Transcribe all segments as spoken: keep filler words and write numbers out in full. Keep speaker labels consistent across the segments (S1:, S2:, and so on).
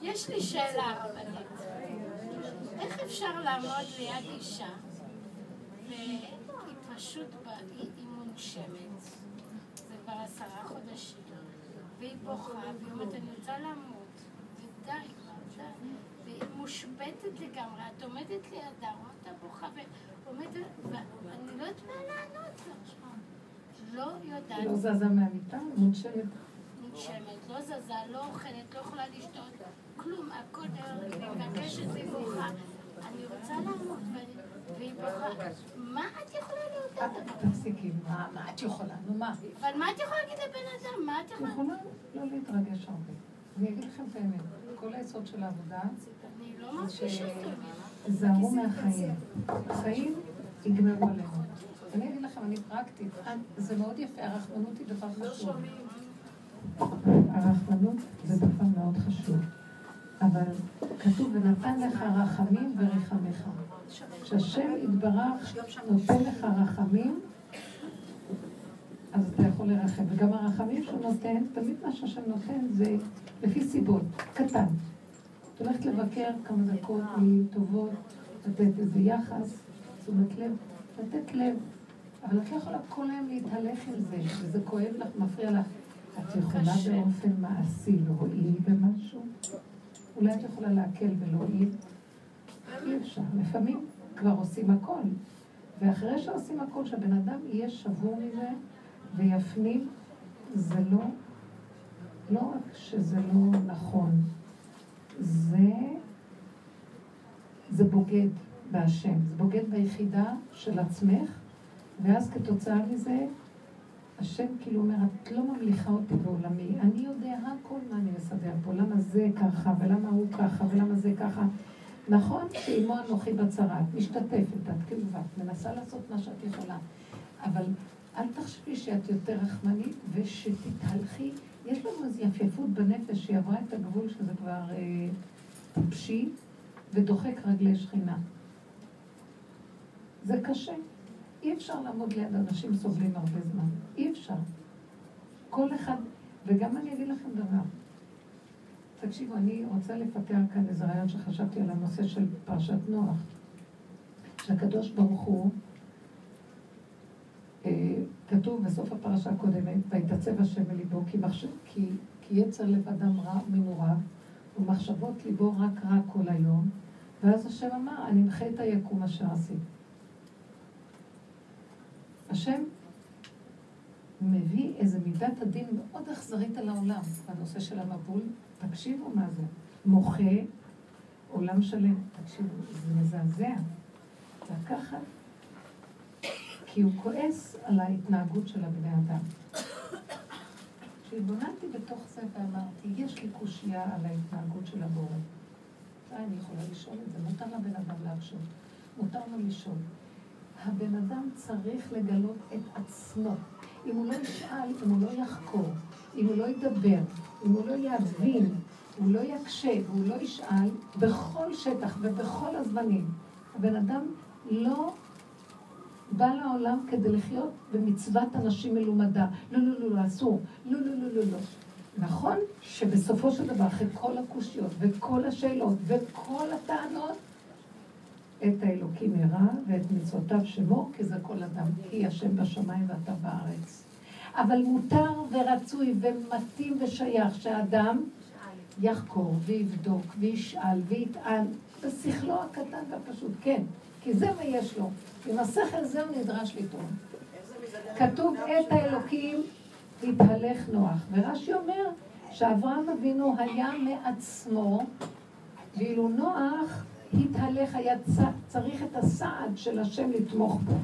S1: יש לי שאלה רבנית. איך אפשר לעמוד ליד אישה והיא פשוט, היא מונשמת, זה כבר עשרה חודשים, והיא בוכה, והיא אומרת, אני רוצה למות, ודי כבר, די, והיא מושבתת לגמרי, את עומדת לידה, אותה בוכה, ועומדת, ואני לא יודעת מה לענות לה. לא יודעת.
S2: לא זזה מהמיטה, מונשמת.
S1: מונשמת, לא זזה, לא אוכלת, לא יכולה לשתות, כלום, הכל אני מבקשת, והיא בוכה. אני רוצה לעמוד, והיא בוכה. מה את יכולה להודות?
S2: תפסיקי, מה את יכולה? נו מה?
S1: אבל מה את יכולה להגיד לבן אדם? מה את יכולה?
S2: יכולה לא להתרגש הרבה. אני אגיד לכם את האמת, כל היסוד של העבודה,
S1: אני לא מרגישה טוב.
S2: זהרו מהחיים. החיים יגמרו עלינו. אני אגיד לכם, אני פרקטית, זה מאוד יפה, הרחמנות היא דבר חשוב. הרחמנות זה דבר מאוד חשוב. אבל כתוב, ונתן לך רחמים ורחמך. כשהשם יתברך נותן לך רחמים, אז אתה יכול לרחם. וגם הרחמים שהוא נותן, תמיד מה שהשם נותן זה לפי סיבות, קטן. את הולכת לבקר כמה דקות מטובות, לתת איזה יחס, תשומת לב, לתת לב. אבל את לא יכולה כל היום להתהלך עם זה, וזה כואב לך, מפריע לך. את יכולה באופן מעשי להועיל במשהו? אולי את יכולה להקל ולהועיל? אי אפשר. לפעמים כבר עושים הכל. ואחרי שעושים הכל, שהבן אדם יהיה שבור מזה ויפנים, זה לא, לא רק שזה לא נכון, זה, זה בוגד בהשם, זה בוגד ביחידה של עצמך, ואז כתוצאה מזה, השם כאילו אומר, את לא ממליכה אותי בעולמי, אני יודע הכל מה אני מסדר פה, למה זה ככה, ולמה הוא ככה, ולמה זה ככה. נכון שאימו אנוכי בצרה, את משתתפת, את כאובה, מנסה לעשות מה שאת יכולה, אבל אל תחשבי שאת יותר רחמנית ושתתהלכי. יש לנו איזו יפייפות בנפש שהיא עברה את הגבול שזה כבר אה, טיפשי ודוחק רגלי שכינה. זה קשה. אי אפשר לעמוד ליד אנשים סובלים הרבה זמן. אי אפשר. כל אחד, וגם אני אגיד לכם דבר. תקשיבו, אני רוצה לפתח כאן איזה רעיון שחשבתי על הנושא של פרשת נוח. שהקדוש ברוך הוא, אה, כתוב בסוף הפרשה הקודמת, ויתעצב השם בליבו, כי, מחשב, כי, כי יצר לב אדם רע מנוריו, ומחשבות ליבו רק רע כל היום, ואז השם אמר, אני אמחה את היקום אשר עשית. השם מביא איזה מידת הדין מאוד אכזרית על העולם, בנושא של המבול. תקשיבו מה זה. מוחה עולם שלם. תקשיבו, זה מזעזע. לקחת, כי הוא כועס על ההתנהגות של הבני אדם. כשהתבוננתי בתוך זה ואמרתי, יש לי קושיה על ההתנהגות של הבורא. אני יכולה לשאול את זה, מותר לבן אדם להרשות. מותר לו לשאול. הבן אדם צריך לגלות את עצמו. אם הוא לא ישאל, אם הוא לא יחקור, אם הוא לא ידבר, אם הוא לא יבין, הוא לא יקשה, והוא לא ישאל, בכל שטח ובכל הזמנים, הבן אדם לא בא לעולם כדי לחיות במצוות אנשים מלומדה. לא, לא, לא, לא, אסור. לא, לא, לא, לא, לא. נכון שבסופו של דבר, אחרי כל הקושיות וכל השאלות וכל הטענות, את האלוקים ירא ואת מצוותיו שמו, כי זה כל אדם, כי השם בשמיים ואתה בארץ. אבל מותר ורצוי ומתאים ושייך שהאדם יחקור ויבדוק וישאל ויטען בשכלו הקטן והפשוט, כן, כי זה מה יש לו. עם השכל זה הוא נדרש לטעון. כתוב את האלוקים התהלך נוח, ורש"י אומר שאברהם אבינו היה מעצמו, ואילו נוח התהלך, היה צריך את הסעד של השם לתמוך בו.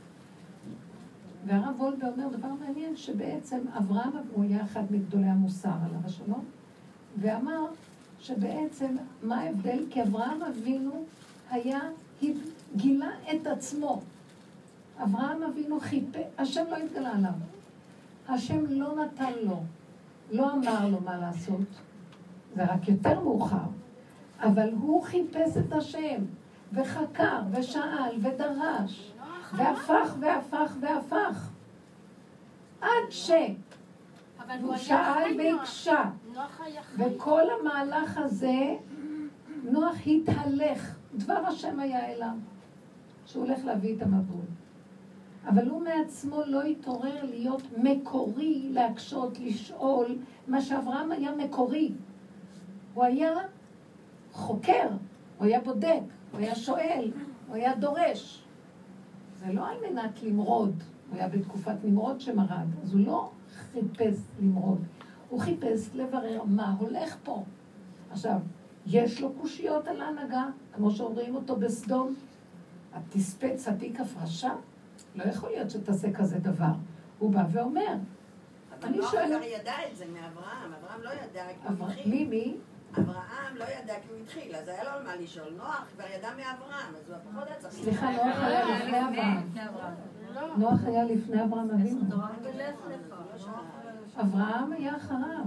S2: והרב וולבה אומר דבר מעניין, שבעצם אברהם הוא היה אחד מגדולי המוסר עליו השלום, ואמר שבעצם מה ההבדל? כי אברהם אבינו היה, גילה את עצמו. אברהם אבינו חיפה, השם לא התגלה עליו. השם לא נתן לו, לא אמר לו מה לעשות. זה רק יותר מאוחר. אבל הוא חיפש את השם, וחקר, ושאל, ודרש, והפך, והפך, והפך. עד ש... הוא שאל והקשה. וכל המהלך הזה, נוח התהלך. דבר השם היה אליו, שהוא הולך להביא את המבול. אבל הוא מעצמו לא התעורר להיות מקורי, להקשות, לשאול, מה שאברהם היה מקורי. הוא היה חוקר, הוא היה בודק, הוא היה שואל, הוא היה דורש. זה לא על מנת למרוד, הוא היה בתקופת נמרוד שמרד, אז הוא לא חיפש למרוד, הוא חיפש לברר מה הולך פה. עכשיו, יש לו קושיות על ההנהגה, כמו שאומרים אותו בסדום, התספה צדיק הפרשה? לא יכול להיות שתעשה כזה דבר. הוא בא ואומר,
S3: אני שואל... אבל לא ידע את זה מאברהם, אברהם לא ידע כי הוא התחיל.
S2: מי, מי?
S3: אברהם לא ידע כי הוא התחיל, אז היה לו על מה לשאול. נוח כבר ידע מאברהם, אז הוא פחות היה צריך...
S2: סליחה, נוח היה לפני אברהם. נוח היה לפני אברהם אבינו. אברהם היה אחריו.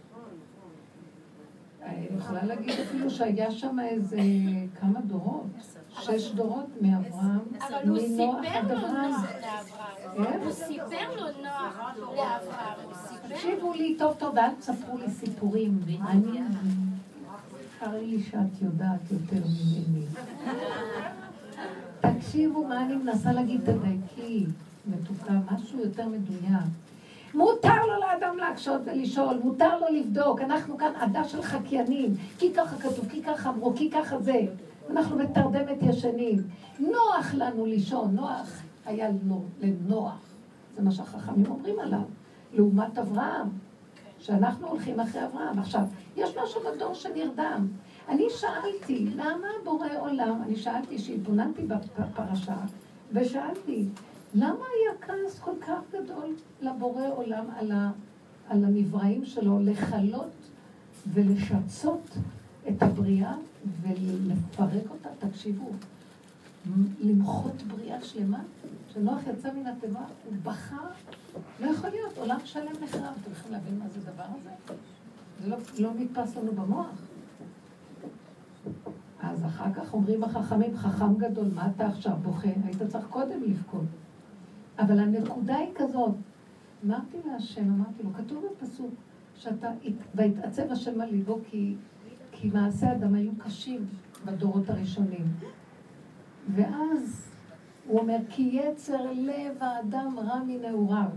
S2: אני יכולה להגיד אפילו שהיה שם איזה כמה דורות, שש דורות מאברהם,
S1: אבל הוא
S2: מנוח
S1: סיפר
S2: עד
S1: לו
S2: אברהם.
S1: נוח לאברהם. הוא סיפר לו נוח לאברהם.
S2: תקשיבו לי טוב טוב, אל תספרו לי סיפורים. אני קרא לי שאת יודעת יותר ממני. תקשיבו מה אני מנסה להגיד, תדייקי, מתוקה, משהו יותר מדויק. מותר לו לאדם להקשות ולשאול, מותר לו לבדוק, אנחנו כאן עדה של חקיינים, כי ככה כתוב, כי ככה אמרו, כי ככה זה, אנחנו בתרדמת ישנים. נוח לנו לישון, נוח היה לנו לנוח, זה מה שהחכמים אומרים עליו, לעומת אברהם, שאנחנו הולכים אחרי אברהם. עכשיו, יש משהו בדור שנרדם. אני שאלתי, למה בורא עולם, אני שאלתי שהתבוננתי בפרשה, ושאלתי, למה היה כעס כל כך גדול לבורא עולם על, ה, על הנבראים שלו, לחלות ולשצות את הבריאה ולפרק אותה? תקשיבו, למחות בריאה שלמה, שנוח יצא מן התיבה, הוא בכה, לא יכול להיות, עולם שלם נחרב. אתם יכולים להבין מה זה דבר הזה? זה לא, לא מתפס לנו במוח. אז אחר כך אומרים החכמים, חכם גדול, מה אתה עכשיו בוכה? היית צריך קודם לבכות. אבל הנקודה היא כזאת, אמרתי להשם, אמרתי לו, כתוב בפסוק, שאתה, והתעצב השם על ליבו, כי, כי מעשי אדם היו קשים בדורות הראשונים. ואז הוא אומר, כי יצר לב האדם רע מנעוריו,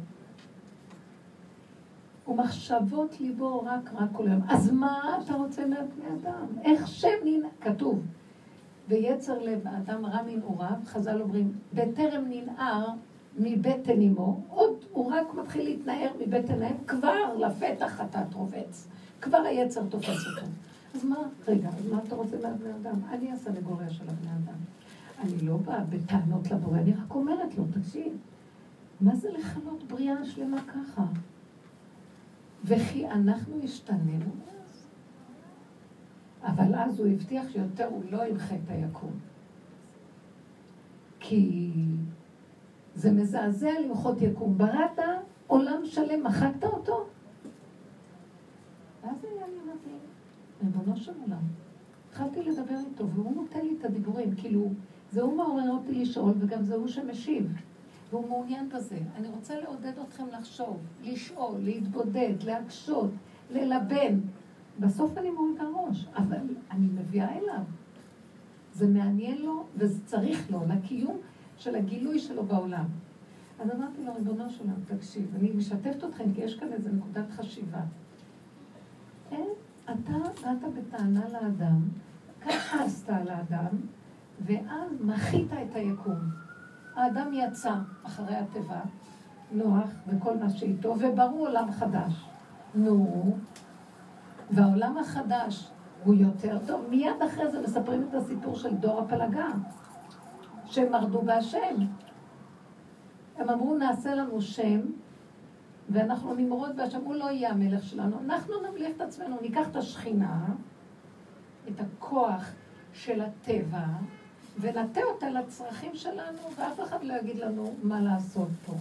S2: ומחשבות ליבו רק רק כל היום. אז מה אתה רוצה מהבני אדם? איך שם ננער? כתוב, ויצר לב האדם רע מנעוריו, חז"ל אומרים, בטרם ננער, מבטן אמו, עוד הוא רק מתחיל להתנער מבטן האם, כבר לפתח חטאת רובץ, כבר היצר תופס אותו. אז מה, רגע, אז מה אתה רוצה מהבני אדם? אני הסנגוריה של הבני אדם. אני לא באה בטענות לבורא, אני רק אומרת לו, תקשיב, מה זה לחלות בריאה שלמה ככה? וכי אנחנו השתננו אז? אבל אז הוא הבטיח שיותר הוא לא ימחה את היקום. כי זה מזעזע למחות יקום. בראת עולם שלם, מחקת אותו? ואז היה לי אמרתי, ריבונו של עולם. התחלתי לדבר איתו, והוא נותן לי את הדיבורים, כאילו, זה הוא מעורר אותי לשאול, וגם זה הוא שמשיב. והוא מעוניין בזה. אני רוצה לעודד אתכם לחשוב, לשאול, להתבודד, להקשות, ללבן. בסוף אני מורידה ראש, אבל אני מביאה אליו. זה מעניין לו, וזה צריך לו, לקיום של הגילוי שלו בעולם. אז אמרתי לו, ריבונו שלנו, תקשיב, אני משתפת אתכם, כי יש כאן איזו נקודת חשיבה. אין, אתה באת בטענה לאדם, ככה עשתה לאדם, ואז מחית את היקום. האדם יצא אחרי הטבע, נוח וכל מה שאיתו, וברור עולם חדש. נו, והעולם החדש הוא יותר טוב. מיד אחרי זה מספרים את הסיפור של דור הפלגה, שהם מרדו בהשם. הם אמרו, נעשה לנו שם, ואנחנו נמרוד בהשם, הוא לא יהיה המלך שלנו. אנחנו נמליך את עצמנו, ניקח את השכינה, את הכוח של הטבע, ונטה אותה לצרכים שלנו, ואף אחד לא יגיד לנו מה לעשות פה.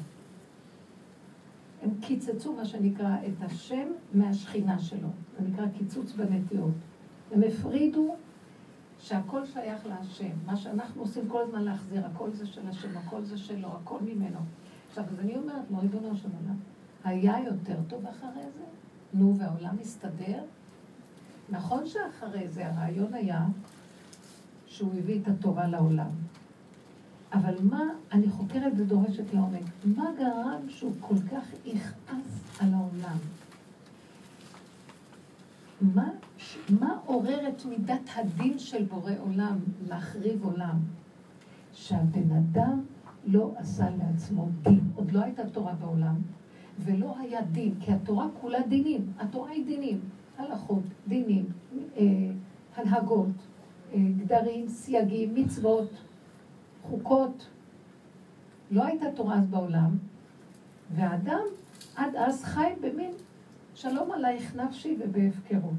S2: הם קיצצו מה שנקרא את השם מהשכינה שלו. זה נקרא קיצוץ בנטיות. הם הפרידו שהכל שייך להשם. מה שאנחנו עושים כל הזמן להחזיר, הכל זה של השם, הכל זה שלו, הכל ממנו. עכשיו, אז אני אומרת, לא ריבונו של עולם, היה יותר טוב אחרי זה? נו, והעולם מסתדר? נכון שאחרי זה הרעיון היה שהוא הביא את התורה לעולם. אבל מה, אני חוקרת ודורשת לעומק, מה גרם שהוא כל כך יכעס על העולם? מה, מה עורר את מידת הדין של בורא עולם להחריב עולם? שהבן אדם לא עשה לעצמו דין. עוד לא הייתה תורה בעולם, ולא היה דין, כי התורה כולה דינים. התורה היא דינים, הלכות, דינים, אה, הנהגות, אה, גדרים, סייגים, מצוות, חוקות. לא הייתה תורה אז בעולם, והאדם עד אז חי במין שלום עלייך נפשי ובהפקרות.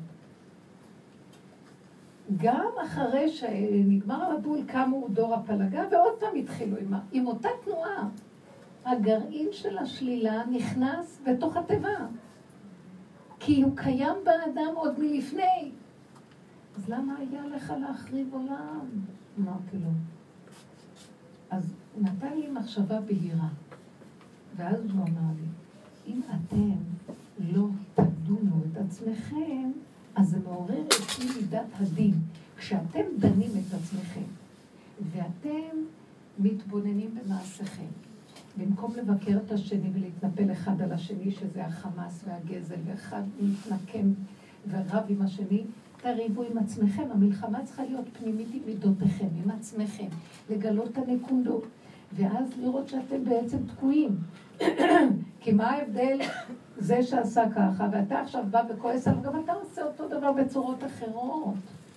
S2: גם אחרי שנגמר המבול קמו דור הפלגה, ועוד פעם התחילו עם, עם אותה תנועה. הגרעין של השלילה נכנס בתוך הטבע, כי הוא קיים באדם עוד מלפני. אז למה היה לך להחריב עולם? אמרתי לו. אז הוא נתן לי מחשבה בהירה, ואז הוא אמר לי, אם אתם לא תדונו את עצמכם, אז זה מעורר את מידת הדין. כשאתם דנים את עצמכם, ואתם מתבוננים במעשיכם, במקום לבקר את השני ולהתנפל אחד על השני, שזה החמאס והגזל, ואחד מתנקם ורב עם השני, תריבו עם עצמכם. המלחמה צריכה להיות פנימית עם מידותיכם, עם עצמכם, לגלות את הנקודות, ואז לראות שאתם בעצם תקועים. כי מה ההבדל? זה שעשה ככה, ואתה עכשיו בא וכועס עליו, גם אתה עושה אותו דבר בצורות אחרות.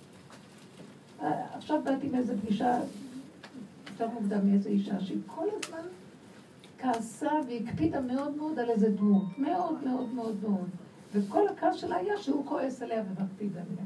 S2: עכשיו באתי מאיזו פגישה, יותר מוקדם מאיזו אישה, שהיא כל הזמן כעסה והקפידה מאוד מאוד על איזה דמות. מאוד מאוד מאוד מאוד. וכל הכעס שלה היה שהוא כועס עליה ומקפיד עליה.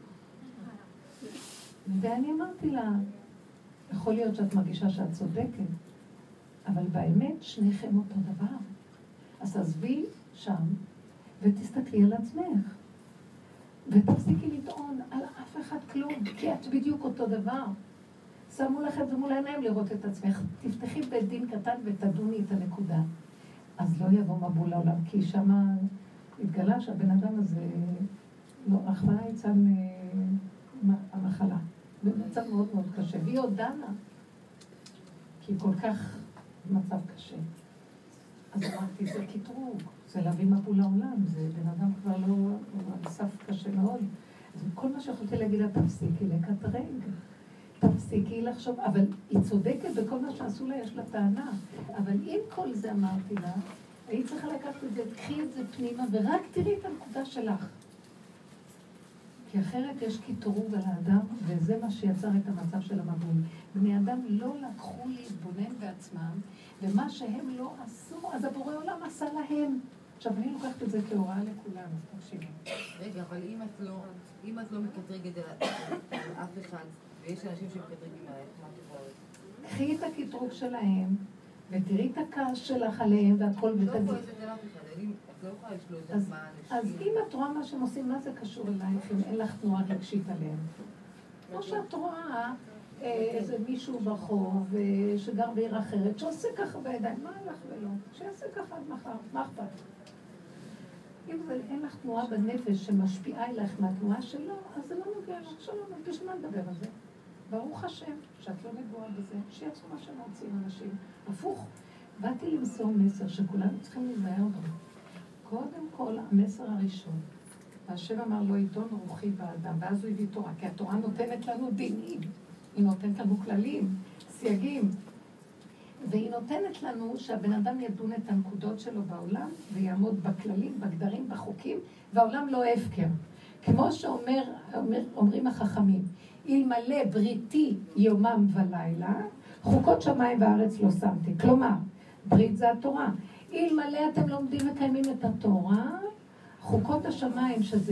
S2: ואני אמרתי לה, יכול להיות שאת מרגישה שאת צודקת, אבל באמת שניכם אותו דבר. אז עזבי שם ותסתכלי על עצמך. ותפסיקי לטעון על אף אחד כלום, כי את בדיוק אותו דבר. שמו לך את זה מול העיניים לראות את עצמך. תפתחי בית דין קטן ותדוני את הנקודה. אז לא יבוא מבול לעולם, כי שמה התגלה שהבן אדם הזה, לא, רחמנא ליצלן המחלה. במצב מאוד מאוד קשה. והיא עוד דנה, כי היא כל כך מצב קשה. אז אמרתי, זה קטרוג, זה להביא מבול לעולם, זה בן אדם כבר לא, על סף קשה מאוד. אז כל מה שיכולתי להגיד לה, תפסיקי לקטרג, תפסיקי לחשוב, אבל היא צודקת בכל מה שעשו לה, יש לה טענה. אבל עם כל זה אמרתי לה, היית צריכה לקחת את זה, תקחי את זה פנימה, ורק תראי את הנקודה שלך. כי אחרת יש קטרוג על האדם, וזה מה שיצר את המצב של המבול. בני אדם לא לקחו להתבונן בעצמם, ומה שהם לא עשו, אז הבורא עולם עשה להם. עכשיו, אני לוקחת את זה כהוראה לכולם, אז תקשיבו.
S4: רגע, אבל אם את לא, אם את לא מקטרגת על אף אחד, ויש אנשים שמקטרגים עליך, מה תבואי?
S2: קחי את הקטרוג שלהם, ותראי את הכעס שלך עליהם, והכל ותגיד.
S4: לא יכולה לזה על אף אחד, את לא יכולה לשלוט את מה
S2: אז אם את רואה מה שהם עושים, מה זה קשור אלייך, אם אין לך תנועה רגשית עליהם? כמו שאת רואה איזה מישהו ברחוב שגר בעיר אחרת, שעושה ככה בידיים, מה הלך ולא? שיעשה ככה עד מחר, מה אכפת? אם אין לך תנועה בנפש שמשפיעה אלייך מהתנועה שלו, אז זה לא נוגע לך. שלום, אז בשביל מה לדבר על זה? ברוך השם, שאת לא נגועה בזה, שיעשו מה שמוצאים אנשים. הפוך, באתי למסור מסר שכולנו צריכים להיזהר בו. קודם כל, המסר הראשון, והשם אמר לו, עיתון רוחי באדם, ואז הוא הביא תורה, כי התורה נותנת לנו דינים, היא נותנת לנו כללים, סייגים, והיא נותנת לנו שהבן אדם ידון את הנקודות שלו בעולם, ויעמוד בכללים, בגדרים, בחוקים, והעולם לא הפקר. כמו שאומר, אומר, אומרים החכמים, אלמלא בריתי יומם ולילה, חוקות שמיים וארץ לא שמתי. כלומר, ברית זה התורה. אלמלא אתם לומדים מקיימים את התורה, חוקות השמיים, שזה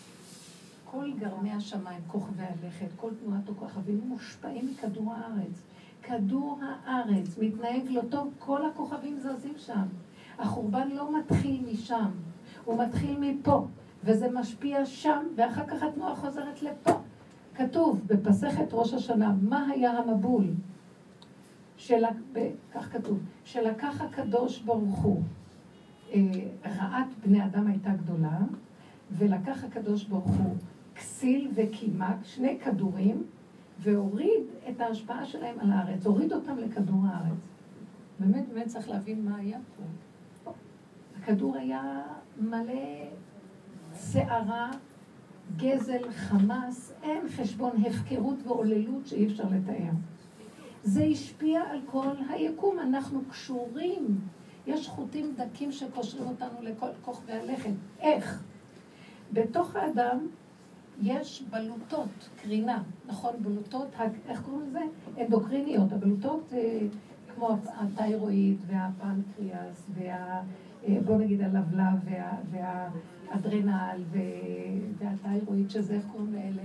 S2: כל גרמי השמיים, כוכבי הלכת, כל תנועת הכוכבים, מושפעים מכדור הארץ. כדור הארץ מתנהג לא טוב, כל הכוכבים זזים שם. החורבן לא מתחיל משם, הוא מתחיל מפה, וזה משפיע שם, ואחר כך התנועה חוזרת לפה. כתוב בפסחת ראש השנה, מה היה המבול? של... כך כתוב, שלקח הקדוש ברוך הוא רעת בני אדם הייתה גדולה, ולקח הקדוש ברוך הוא כסיל וקימק, שני כדורים, והוריד את ההשפעה שלהם על הארץ, הוריד אותם לכדור הארץ. באמת, באמת צריך להבין מה היה פה. הכדור היה מלא שערה, גזל, חמאס, אין חשבון הפקרות ועוללות שאי אפשר לתאר. זה השפיע על כל היקום, אנחנו קשורים. יש חוטים דקים שקושרים אותנו לכל כוח והלכת. איך? בתוך האדם יש בלוטות, קרינה, נכון? בלוטות, איך קוראים לזה? אנדוקריניות, הבלוטות כמו התיירואיד והפנקריאס וה... בוא נגיד הלבלב וה... והאדרנל והתיירואיד, שזה איך קוראים לאלה?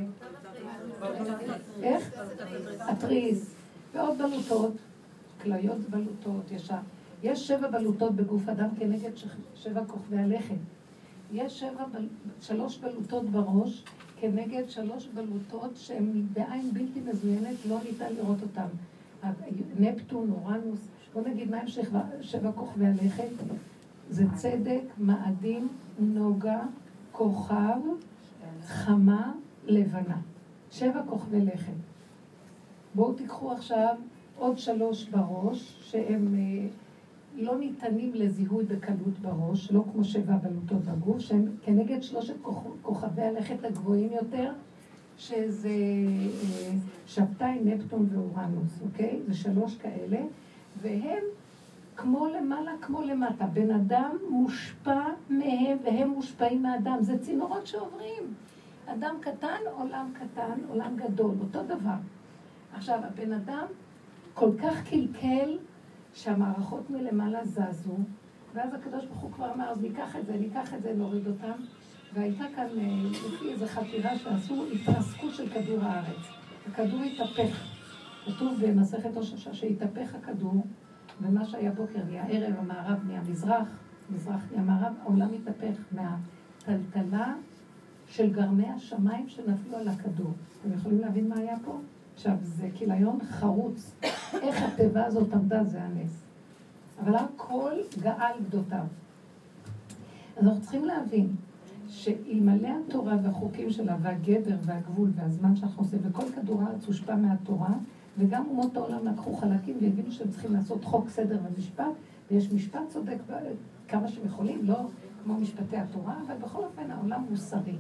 S2: איך? התריס. ועוד בלוטות, כליות בלוטות, יש, יש שבע בלוטות בגוף אדם כנגד שבע כוכבי הלכת. יש שבע, בל... שלוש בלוטות בראש כנגד שלוש בלוטות שהן בעין בלתי מזוינת, לא ניתן לראות אותן. נפטון, אורנוס, בוא נגיד מה הם שבע, שבע כוכבי הלכת? זה צדק, מאדים, נוגה, כוכב, חמה, לבנה. שבע כוכבי לכת. בואו תיקחו עכשיו עוד שלוש בראש, שהם אה, לא ניתנים לזיהוי בקלות בראש, לא כמו שבע בלוטות בגוף, שהם כנגד שלושת כוכבי הלכת הגבוהים יותר, שזה אה, שבתאי, נפטון ואורנוס, אוקיי? זה שלוש כאלה, והם כמו למעלה, כמו למטה. בן אדם מושפע מהם והם מושפעים מהאדם. זה צינורות שעוברים. אדם קטן, עולם קטן, עולם גדול, אותו דבר. עכשיו, הבן אדם כל כך קלקל שהמערכות מלמעלה זזו, ואז הקדוש ברוך הוא כבר אמר, אז ניקח את זה, ניקח את זה, נוריד אותם. והייתה כאן, לפי איזו חקירה שעשו, התרסקות של כדור הארץ. הכדור התהפך. כתוב במסכת ראש השנה שהתהפך הכדור, ומה שהיה בוקר נהיה ערב, המערב נהיה מזרח, מזרח נהיה מערב, העולם התהפך מהטלטלה של גרמי השמיים שנפלו על הכדור. אתם יכולים להבין מה היה פה? עכשיו, זה כיליון חרוץ. איך הטבע הזאת עמדה, זה הנס. אבל הכל גאל גדותיו. אז אנחנו צריכים להבין שאלמלא התורה והחוקים שלה, והגדר והגבול והזמן שאנחנו עושים, וכל כדור הארץ הושפע מהתורה, וגם אומות העולם לקחו חלקים והבינו שהם צריכים לעשות חוק, סדר ומשפט, ויש משפט צודק כמה שהם יכולים, לא כמו משפטי התורה, אבל בכל אופן העולם מוסרי.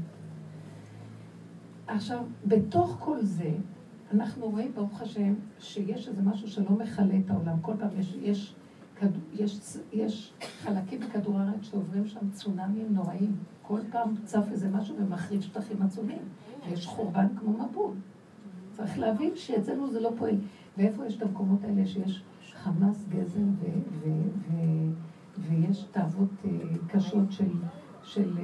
S2: עכשיו, בתוך כל זה, אנחנו רואים ברוך השם שיש איזה משהו שלא מכלה את העולם. כל פעם יש, יש, יש, יש חלקים בכדור הארץ שעוברים שם צונאמים נוראים. כל פעם צף איזה משהו ומחריב שטחים עצומים. יש חורבן כמו מבול. צריך להבין שאצלנו זה לא פועל. ואיפה יש את המקומות האלה שיש חמאס, גזל ו- ו- ו- ויש תאוות קשות של, של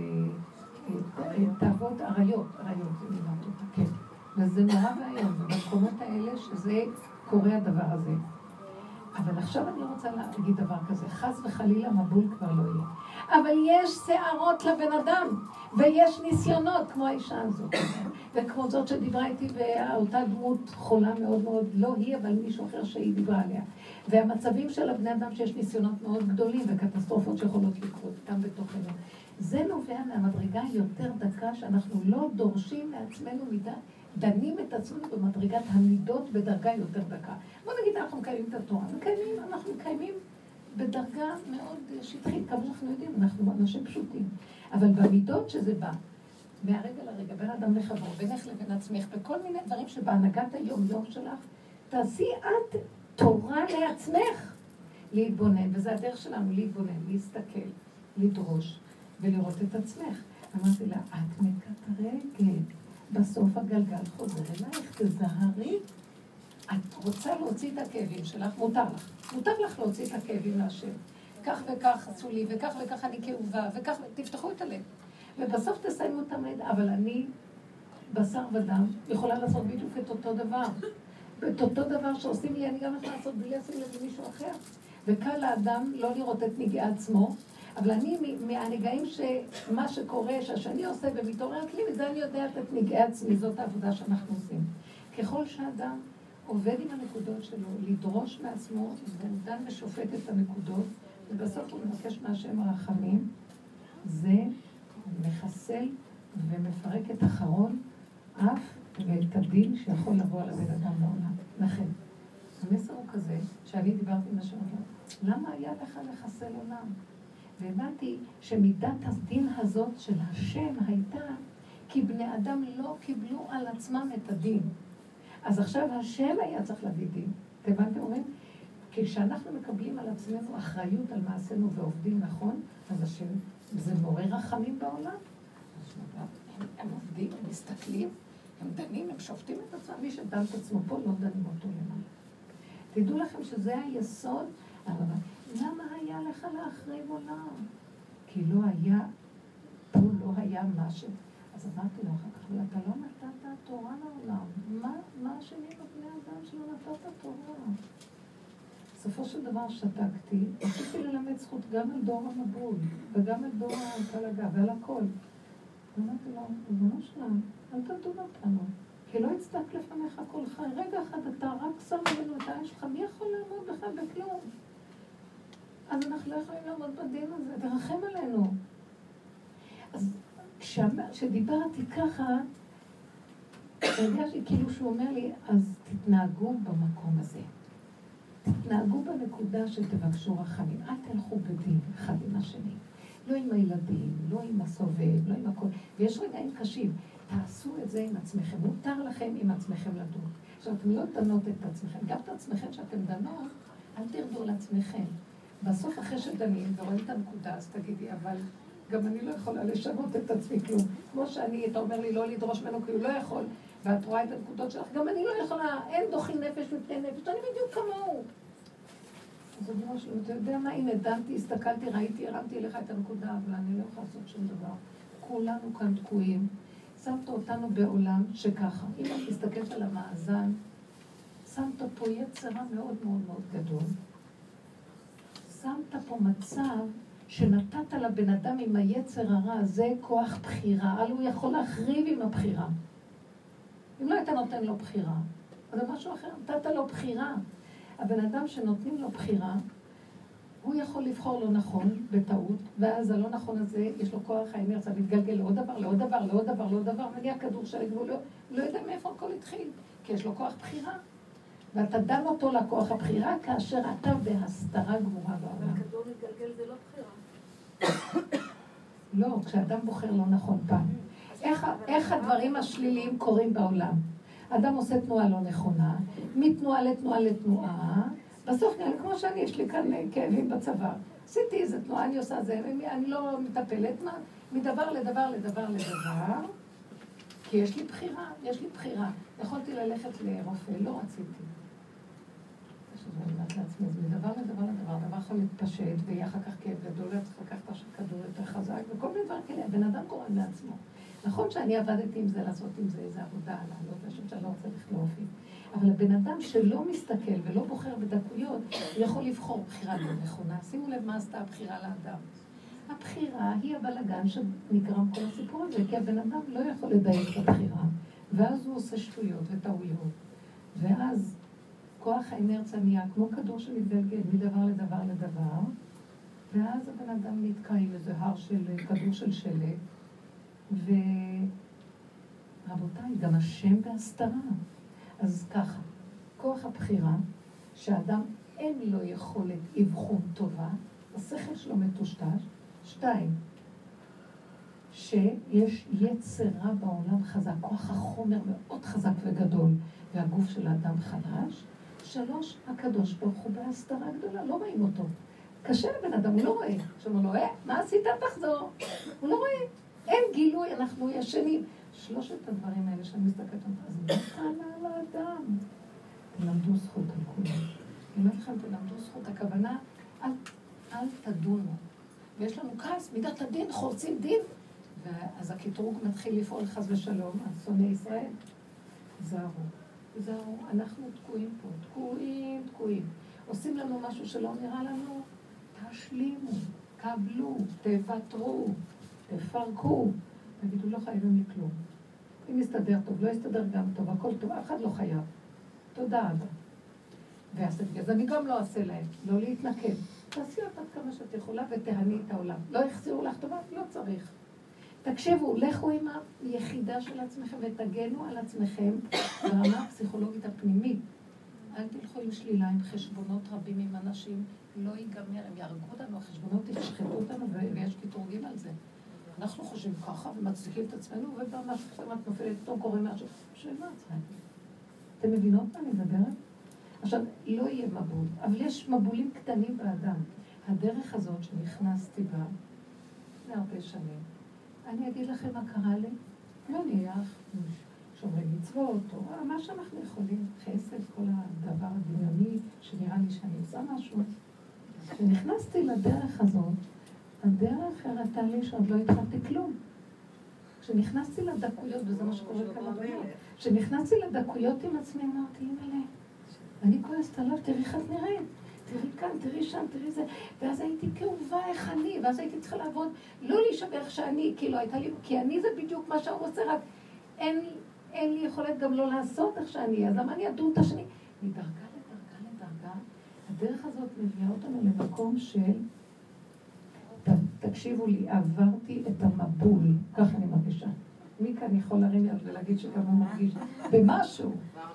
S2: תאוות עריות, עריות, זה נראה אותה, כן. וזה נורא והיום, ובמקומות האלה שזה קורה הדבר הזה. אבל עכשיו אני רוצה להגיד דבר כזה, חס וחלילה מבול כבר לא יהיה. אבל יש שערות לבן אדם, ויש ניסיונות כמו האישה הזאת. וכמו זאת שדיברה איתי, ואותה דמות חולה מאוד מאוד, לא היא, אבל מישהו אחר שהיא דיברה עליה. והמצבים של הבני אדם שיש ניסיונות מאוד גדולים, וקטסטרופות שיכולות לקרות גם בתוכנו. זה נובע מהמדרגה יותר דקה, שאנחנו לא דורשים מעצמנו מידה, דנים את עצמנו במדרגת המידות בדרגה יותר דקה. בוא נגיד, אנחנו מקיימים את התורה. מקיימים, אנחנו מקיימים בדרגה מאוד שטחית, כמה שאנחנו יודעים, אנחנו אנשים פשוטים. אבל במידות שזה בא, מהרגע לרגע, בין אדם לחברו, בינך לבין עצמך, בכל מיני דברים שבהנהגת היום-יום שלך, תעשי את תורה לעצמך להתבונן, וזה הדרך שלנו להתבונן, להסתכל, לדרוש ולראות את עצמך. אמרתי לה, את מקטרגת. בסוף הגלגל חוזר אלייך, תזהרי. את רוצה להוציא את הכאבים שלך, מותר לך. מותר לך להוציא את הכאבים להשם. כך וכך עשו לי, וכך וכך אני כאובה, וכך, תפתחו את הלב. ובסוף תסיימו את המד, אבל אני, בשר ודם, יכולה לעשות בדיוק את אותו דבר. את אותו דבר שעושים לי, אני גם יכולה לעשות בלי לעשות למישהו אחר. וקל לאדם לא לראות את נגעי עצמו, אבל אני מהנגעים שמה שקורה, שהשני עושה ומתעוררת לי, מזה אני יודעת את נגעי עצמי, זאת העבודה שאנחנו עושים. ככל שאדם עובד עם הנקודות שלו, לדרוש מעצמו, והוא דן ושופט את הנקודות, ובסוף הוא מבקש מהשם הרחמים, זה מחסל ומפרק את החרון, אף ואת הדין שיכול לבוא על הבן אדם בעולם. לכן, המסר הוא כזה, שאני דיברתי עם השם, למה היה לך לחסל עולם? והבנתי שמידת הדין הזאת של השם הייתה, כי בני אדם לא קיבלו על עצמם את הדין. אז עכשיו השם היה צריך להביא דין. אתם הבנתם אומרים? כשאנחנו מקבלים על עצמנו אחריות על מעשינו ועובדים נכון, אז השם, זה מעורר רחמים בעולם. אז הם, הם עובדים, הם מסתכלים, הם דנים, הם שופטים את עצמם. מי שדן את עצמו פה, לא דנים אותו למעלה. תדעו לכם שזה היסוד, אבל למה היה לך להחריב עולם? כי לא היה, פה לא היה משהו. אז אמרתי לו אחר כך, אתה לא נתת תורה לעולם. מה, מה השני בבני אדם שלא נתת תורה? בסופו של דבר שתקתי, רציתי ללמד זכות גם על דור המבול, וגם על דור הפלגה, ועל הכל. אמרתי לו, אבנו שלם, אל תדון אותנו, כי לא יצדק לפניך כל חי. רגע אחד, אתה רק שם עלינו את העין שלך, מי יכול לעמוד בך בכלום? אז אנחנו לא יכולים לעמוד בדין הזה, תרחם עלינו. אז כשדיברתי ככה, הרגשתי כאילו שהוא אומר לי, אז תתנהגו במקום הזה. תתנהגו בנקודה שתבקשו רחמים. אל תלכו בדין אחד עם השני. לא עם הילדים, לא עם הסובב, לא עם הכל. ויש רגעים קשים. תעשו את זה עם עצמכם. מותר לכם עם עצמכם לדון. עכשיו, אתם לא דנות את עצמכם. גם את עצמכם שאתם דנות, אל תרדו על עצמכם. בסוף אחרי שדנים ורואים את הנקודה, אז תגידי, אבל גם אני לא יכולה לשנות את עצמי כלום. כמו שאני, אתה אומר לי לא לדרוש ממנו כי הוא לא יכול, ואת רואה את הנקודות שלך, גם אני לא יכולה, אין דוחים נפש מפני נפש, אני בדיוק כמוהו. אז אני אומר שלו, אתה יודע מה, אם הדנתי, הסתכלתי, ראיתי, הרמתי לך את הנקודה, אבל אני לא יכולה לעשות שום דבר. כולנו כאן תקועים. שמת אותנו בעולם שככה. אם את מסתכלת על המאזן, שמת פה יצרה מאוד מאוד מאוד גדול. שמת פה מצב שנתת לבן אדם עם היצר הרע הזה כוח בחירה, אבל הוא יכול להחריב עם הבחירה. אם לא היית נותן לו בחירה, אז זה משהו אחר, נתת לו בחירה. הבן אדם שנותנים לו בחירה, הוא יכול לבחור לא נכון, בטעות, ואז הלא נכון הזה, יש לו כוח האנרציה, מתגלגל לעוד דבר, לעוד דבר, לעוד דבר, לעוד דבר, מניע כדור שלג, והוא לא, לא יודע מאיפה הכל התחיל, כי יש לו כוח בחירה. ואתה דן אותו לכוח הבחירה, כאשר אתה בהסתרה גמורה בעולם.
S5: הכדור מתגלגל זה לא בחירה.
S2: לא, כשאדם בוחר לא נכון פעם. איך, איך הדברים השליליים קורים בעולם? אדם עושה תנועה לא נכונה, מתנועה לתנועה לתנועה, בסוף כמו שאני, יש לי כאן כאבים בצבא. עשיתי איזה תנועה, אני עושה זה, אני לא מטפלת, מה? מדבר לדבר לדבר לדבר, כי יש לי בחירה, יש לי בחירה. יכולתי ללכת לרופא, לא רציתי. אני אומרת לעצמי, אז מדבר לדבר לדבר, הדבר יכול להתפשט, ויהיה אחר כך כאב גדול, צריך לקחת כדור יותר חזק, וכל מיני דבר כאלה, הבן אדם גורם לעצמו. נכון שאני עבדתי עם זה, לעשות עם זה איזו עבודה, לעלות לשם שאני לא רוצה לכלופי. אבל הבן אדם שלא מסתכל ולא בוחר בדקויות, הוא יכול לבחור בחירה לא נכונה. שימו לב מה עשתה הבחירה לאדם. הבחירה היא הבלגן שנגרם כל הסיפור הזה, כי הבן אדם לא יכול לדייק את הבחירה, ואז הוא עושה שטויות וטעויות, ואז כוח האנרציה נהיה כמו כדור שמתגלגל מדבר לדבר לדבר, ואז הבן אדם נתקע עם איזה הר של כדור של שלג, ורבותיי, גם השם בהסתרה. אז ככה, כוח הבחירה, שאדם אין לו יכולת אבחון טובה, השכל שלו מטושטש. שתיים, שיש יצרה בעולם חזק, כוח החומר מאוד חזק וגדול, והגוף של האדם חלש. שלוש, הקדוש ברוך הוא בהסתרה גדולה, לא רואים אותו. קשה לבן אדם, הוא לא רואה. שאומר לו, אה, מה עשית? תחזור. הוא לא רואה. אין גילוי, אנחנו ישנים. שלושת הדברים האלה שאני מסתכלת עליהם, אז מה קרה על האדם? תלמדו זכות על כולם. אני אומרת לכם, תלמדו זכות. הכוונה, אל, אל תדונו. ויש לנו כעס, מידת הדין, חורצים דין. ואז הקטרוג מתחיל לפעול חס ושלום, על שונאי ישראל. זהו. זהו, אנחנו תקועים פה, תקועים, תקועים. עושים לנו משהו שלא נראה לנו, תשלימו, קבלו, תוותרו, תפרקו. תגידו, לא חייבים לי כלום. אם יסתדר טוב, לא יסתדר גם טוב, הכל טוב, אף אחד לא חייב. תודה אבא. אז אני גם לא אעשה להם, לא להתנקד. תעשי אותה כמה שאת יכולה ותהני את העולם. לא יחזירו לך טובה? לא צריך. תקשיבו, לכו עם היחידה של עצמכם ותגנו על עצמכם ברמה הפסיכולוגית הפנימית. אל תלכו עם שלילה, עם חשבונות רבים עם אנשים, לא ייגמר, הם יהרגו אותנו, החשבונות ישחטו אותנו ויש קיטורגים על זה. אנחנו חושבים ככה ומצדיקים את עצמנו ובמה שכמעט נופלת פתאום קוראים משהו. בשביל מה זה? אתם מבינות מה אני מדברת? עכשיו, לא יהיה מבול, אבל יש מבולים קטנים באדם. הדרך הזאת שנכנסתי בה לפני הרבה שנים, אני אגיד לכם מה קרה לי, נניח, שומרי מצוות, תורה, מה שאנחנו יכולים, חסד, כל הדבר הדמיוני שנראה לי שאני עושה משהו. כשנכנסתי לדרך הזאת, הדרך הראתה לי שעוד לא התחלתי כלום. כשנכנסתי לדקויות, וזה מה שקורה כמה דברים, כשנכנסתי לדקויות עם עצמי, אמרתי, אימא'לה, אני כועסת עליו, תראי איך את נראית. תראי כאן, תראי שם, תראי זה, ואז הייתי כאובה איך אני, ואז הייתי צריכה לעבוד, לא להישבר שאני, כאילו הייתה לי, כי אני זה בדיוק מה שהוא עושה, רק אין, אין לי יכולת גם לא לעשות איך שאני, אז למה אני אדון את השני? מדרגה לדרגה לדרגה, הדרך הזאת מביאה אותנו למקום של, ת, תקשיבו לי, עברתי את המבול, ככה אני מרגישה. מי כאן יכול להרים יד ולהגיד שגם הוא מרגיש במשהו?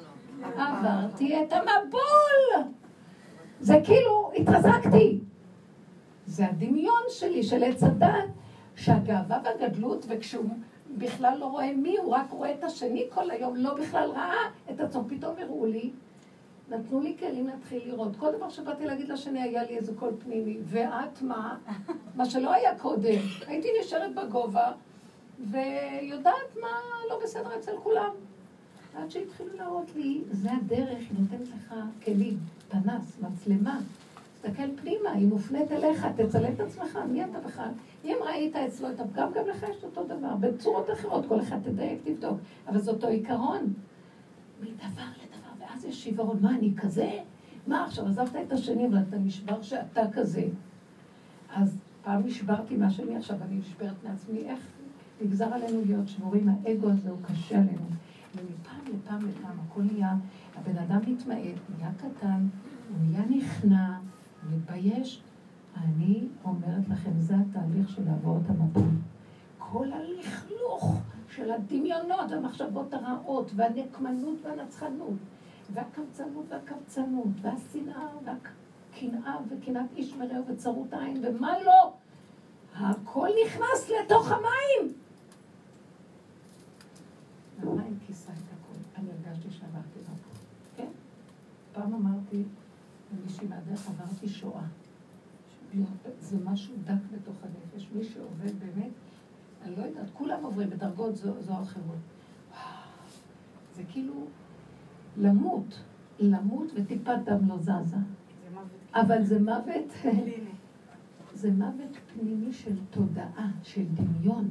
S2: עברתי את המבול! זה כאילו, התחזקתי. זה הדמיון שלי, של עץ הדת, שהגאווה והגדלות, וכשהוא בכלל לא רואה מי, הוא רק רואה את השני כל היום, לא בכלל ראה את עצמו. פתאום הראו לי, נתנו לי כלים להתחיל לראות. כל דבר שבאתי להגיד לשני, היה לי איזה קול פנימי. ואת מה? מה שלא היה קודם. הייתי נשארת בגובה, ויודעת מה לא בסדר אצל כולם. עד שהתחילו להראות לי, זה הדרך, היא נותנת לך כלים, פנס, מצלמה. תסתכל פנימה, היא מופנית אליך, תצלם את עצמך, מי אתה בכלל? אם ראית אצלו את הפגם, גם לך יש אותו דבר, בצורות אחרות, כל אחד תדייק, תבדוק. אבל זה אותו עיקרון. מדבר לדבר, ואז יש שיוורון, מה, אני כזה? מה, עכשיו עזבת את השני, אבל אתה נשבר שאתה כזה. אז פעם נשברתי מהשני, עכשיו אני נשברת מעצמי, איך נגזר עלינו להיות שבורים, האגו הזה הוא קשה עלינו. ומפעם לפעם לפעם, הכל נהיה, הבן אדם מתמעט, נהיה קטן, הוא נהיה נכנע, מתבייש. אני אומרת לכם, זה התהליך של לעבור את המבול. כל הלכלוך של הדמיונות, המחשבות הרעות, והנקמנות והנצחנות, והקמצנות והקבצנות, והשנאה והקנאה וקנאת איש מרעהו וצרות עין, ומה לא? הכל נכנס לתוך המים. המים כיסה את הכל. אני הרגשתי שעברתי בכל. כן? פעם אמרתי, למישהי מהדרך עברתי שואה. זה משהו דק בתוך הנפש. מי שעובד באמת, אני לא יודעת, כולם עוברים בדרגות זו, זו אחרות. זה כאילו למות, למות וטיפת דם לא זזה. אבל זה מוות, זה מוות פנימי של תודעה, של דמיון.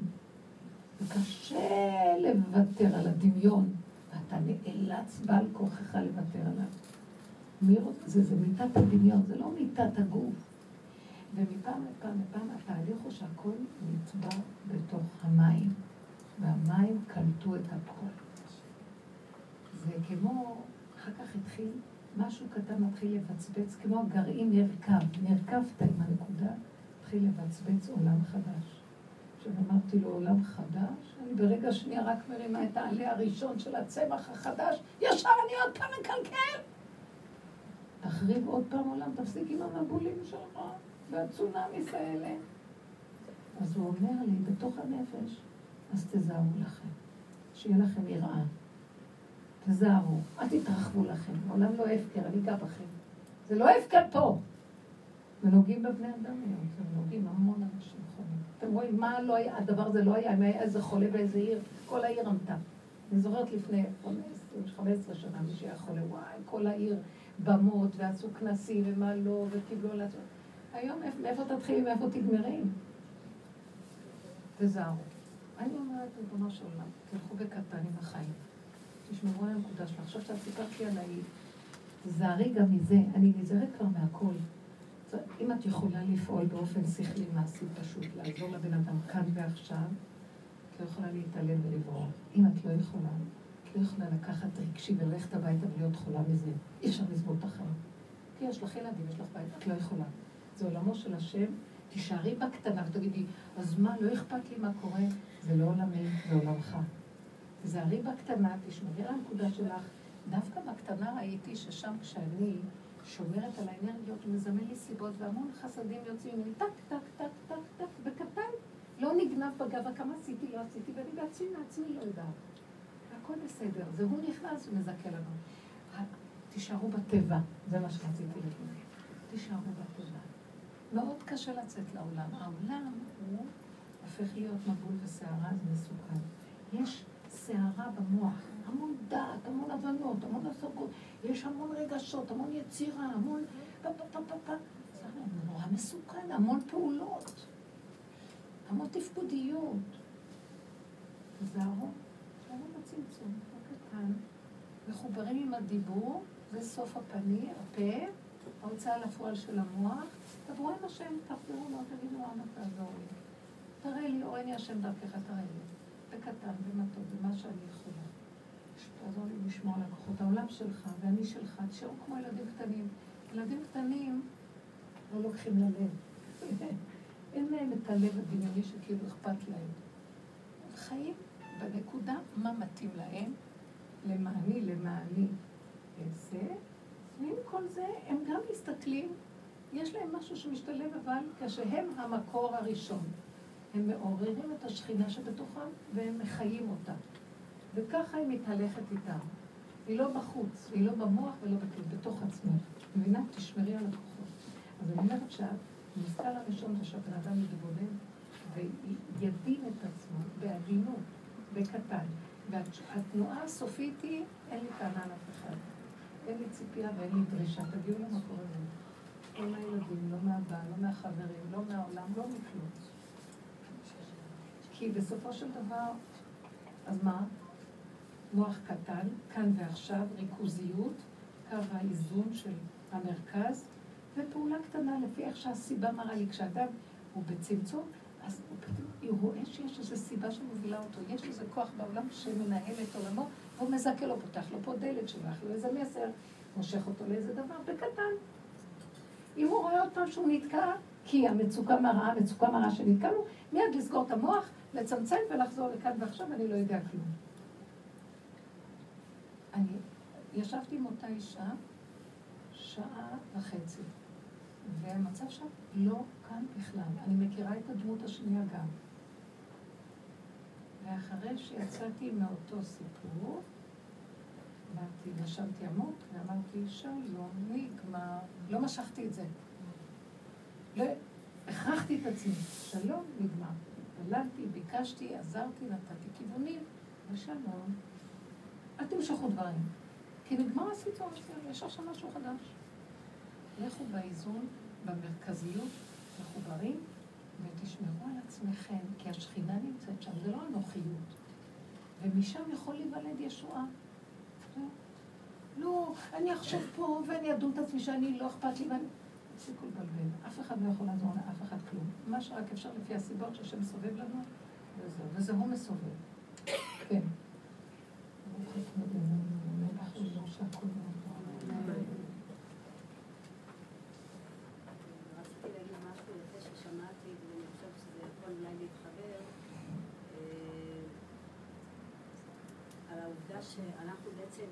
S2: וקשה לוותר על הדמיון, ואתה נאלץ בעל כוחך לוותר עליו. מי רוצה? זה, זה מיטת הדמיון, זה לא מיטת הגוף. ומפעם לפעם לפעם התהליך הוא שהכל נטבע בתוך המים, והמים קלטו את הכל. זה כמו, אחר כך התחיל, משהו קטן מתחיל לבצבץ, כמו הגרעין נרכב, נרכבת עם הנקודה, התחיל לבצבץ עולם חדש. כשאמרתי לו עולם חדש, אני ברגע שנייה רק מרימה את העלה הראשון של הצמח החדש, ישר אני עוד פעם מקלקל. תחריב עוד פעם עולם, תפסיק עם המבולים שלך, והצונאמיס האלה. אז הוא אומר לי, בתוך הנפש, אז תזהרו לכם, שיהיה לכם יראה. תזהרו, אל תתרחבו לכם, העולם לא הפקר, אני אגע בכם. זה לא הפקר פה. ונוגעים בבני אדם היום, ונוגעים המון אנשים חולים. אתם רואים, מה לא היה, הדבר הזה לא היה, אם היה איזה חולה באיזה עיר, כל העיר עמתה. אני זוכרת לפני חמש עשרה שנה, מי שהיה חולה, וואי, כל העיר במות, ועשו כנסים, ומה לא, וקיבלו לעצמם. היום, מאיפה תתחילים, מאיפה תגמרים? תזהרו. אני אומרת, ריבונו של עולם, תלכו בקטן עם החיים. תשמרו על הנקודה שלך. עכשיו שאת סיפרת לי על העיר, תזהרי גם מזה, אני נזהרת כבר מהכל. אם את יכולה לפעול באופן שכלי מעשי פשוט, לעזור לבן אדם כאן ועכשיו, את לא יכולה להתעלם ולברוא. אם את לא יכולה, את לא יכולה לקחת רגשי וללכת הביתה ולהיות חולה מזה. אי אפשר לסבול את החיים. כי יש לך ילדים, יש לך בית, את לא יכולה. זה עולמו של השם, תישארי בקטנה ותגידי, אז מה, לא אכפת לי מה קורה? זה לא עולמי, זה עולמך. תיזהרי בקטנה, תשמרי על הנקודה שלך. דווקא בקטנה ראיתי ששם כשאני שומרת על האנרגיות, הוא מזמן לי סיבות, והמון חסדים יוצאים ממני, טק, טק, טק, טק, טק, בקטן. לא נגנב בגבה, כמה עשיתי, לא עשיתי, ואני בעצמי מעצמי לא יודעת. הכל בסדר, זה הוא נכנס ומזכה לנו. תישארו בטבע, זה מה שרציתי להגיד. תישארו בטבע. מאוד קשה לצאת לעולם. העולם הוא הופך להיות מבול וסערה, זה מסוכן. יש סערה במוח, המון דעת, המון הבנות, המון השגות, יש המון רגשות, המון יצירה, המון פה פה פה פה פה. זה נורא מסוכן, המון פעולות, המון תפקודיות. תזהרו, תזהרו בצמצום, הקטן. מחוברים עם הדיבור, זה סוף הפני, הפה, ההוצאה לפועל של המוח. תבואו עם השם, תחזרו לו, תגידו, אנא תעזור לי. תראה לי, או אני השם דרכך, תראה לי. בקטן, במתוק, במה שאני יכולה. תעזור לי לשמור על הכוחות. העולם שלך ואני שלך, תשארו כמו ילדים קטנים. ילדים קטנים לא לוקחים ללב. אין להם את הלב הדמיוני שכאילו אכפת להם. חיים בנקודה מה מתאים להם, למעני, למעני. זה, ועם כל זה הם גם מסתכלים, יש להם משהו שמשתלב, אבל כשהם המקור הראשון. הם מעוררים את השכינה שבתוכם והם מחיים אותה. וככה היא מתהלכת איתם. היא לא בחוץ, היא לא במוח ולא בכלל, בתוך עצמך. מבינה? תשמרי על הכוחות. אז אני אומרת שהמושכל הראשון זה שהבן אדם מתבונן וידין את עצמו בעדינות, בקטן. והתנועה הסופית היא, אין לי טענה על אף אחד. אין לי ציפייה ואין לי דרישה. תגיעו למקור הזה. לא מהילדים, לא מהבעל, לא מהחברים, לא מהעולם, לא מכלום. כי בסופו של דבר, אז מה? מוח קטן, כאן ועכשיו, ריכוזיות, קו האיזון של המרכז, ופעולה קטנה לפי איך שהסיבה מראה לי. כשאדם הוא בצמצום, אז הוא פתאום, הוא רואה שיש איזו סיבה שמובילה אותו. יש איזה כוח בעולם שמנהל את עולמו, והוא מזכה לו, פותח לו פה דלת, שולח לו איזה מסר, מושך אותו לאיזה דבר בקטן. אם הוא רואה עוד פעם שהוא נתקע, כי המצוקה מראה, המצוקה מראה שנתקענו, מיד לסגור את המוח, לצמצם ולחזור לכאן, ועכשיו אני לא יודע כלום. אני ישבתי עם אותה אישה שעה וחצי, והמצב שם לא כאן בכלל. אני מכירה את הדמות השנייה גם. ואחרי שיצאתי מאותו סיפור, באתי, נשמתי עמוק, ואמרתי, שלום, נגמר. לא משכתי את זה. לא, הכרחתי את עצמי. שלום, נגמר. עלמתי, ביקשתי, עזרתי, נתתי כיוונים, ושלום. אל תמשכו דברים. כי נגמר הסיטואציה, יש עכשיו משהו חדש. לכו באיזון, במרכזיות, מחוברים, ותשמרו על עצמכם, כי השכינה נמצאת שם, זה לא אנוכיות. ומשם יכול להיוולד ישועה. לא, אני עכשיו פה, ואני אדון את עצמי שאני לא אכפת לי, ואני... תפסיקו לבלבל. אף אחד לא יכול לעזור לאף אחד כלום. מה שרק אפשר לפי הסיבות שהשם מסובב לנו, וזהו, וזה הוא מסובב. כן.
S6: רציתי להגיד משהו לפני ששמעתי, ואני חושבת שזה יכול אולי להתחבר, על העובדה שאנחנו בעצם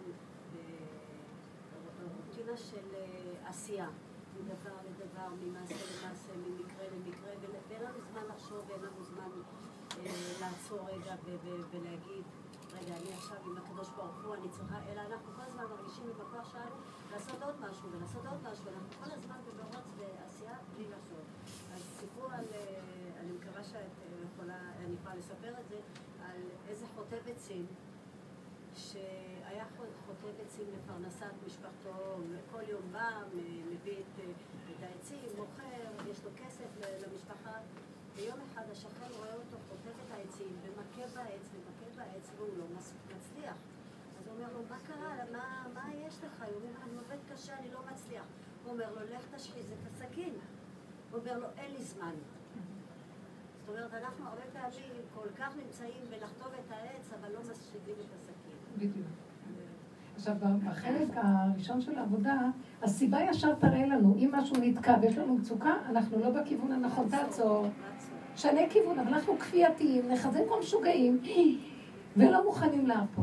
S6: ברוטינה של עשייה, מדבר לדבר, ממעשה למעשה, ממקרה למקרה, ואין לנו זמן לחשוב, ואין לנו זמן לעצור רגע ולהגיד, רגע, אני עכשיו עם הקדוש ברוך הוא, אני צריכה, אלא אנחנו כל הזמן מרגישים בכוח שלנו לעשות עוד משהו ולעשות עוד משהו, אנחנו כל הזמן במרוץ ועשייה בלי לחשוב. אז סיפרו על, אני מקווה שאת יכולה, אני יכולה לספר את זה, על איזה חוטב עצים, שהיה חוטב עצים לפרנסת משפחתו, כל יום בא, מביא את העצים, מוכר, יש לו כסף למשפחה. ביום אחד השכן רואה אותו חוטב את העצים ומכה בעץ ומכה בעץ והוא לא מצליח. אז הוא אומר לו, מה קרה? מה, מה יש לך? הוא אומר, אני עובד קשה, אני לא מצליח. הוא אומר לו, לך תשחיז את הסכין. הוא אומר לו, אין לי זמן. זאת אומרת, אנחנו הרבה פעמים כל כך נמצאים בלחטוב את העץ, אבל לא משחיזים את הסכין.
S2: בדיוק. עכשיו, בחלק הראשון של העבודה, הסיבה ישר תראה לנו, אם משהו נתקע ויש לנו מצוקה, אנחנו לא בכיוון הנכון, תעצור. שנה כיוון, אבל אנחנו כפייתיים, נחזים כמו משוגעים, ולא מוכנים להרפות.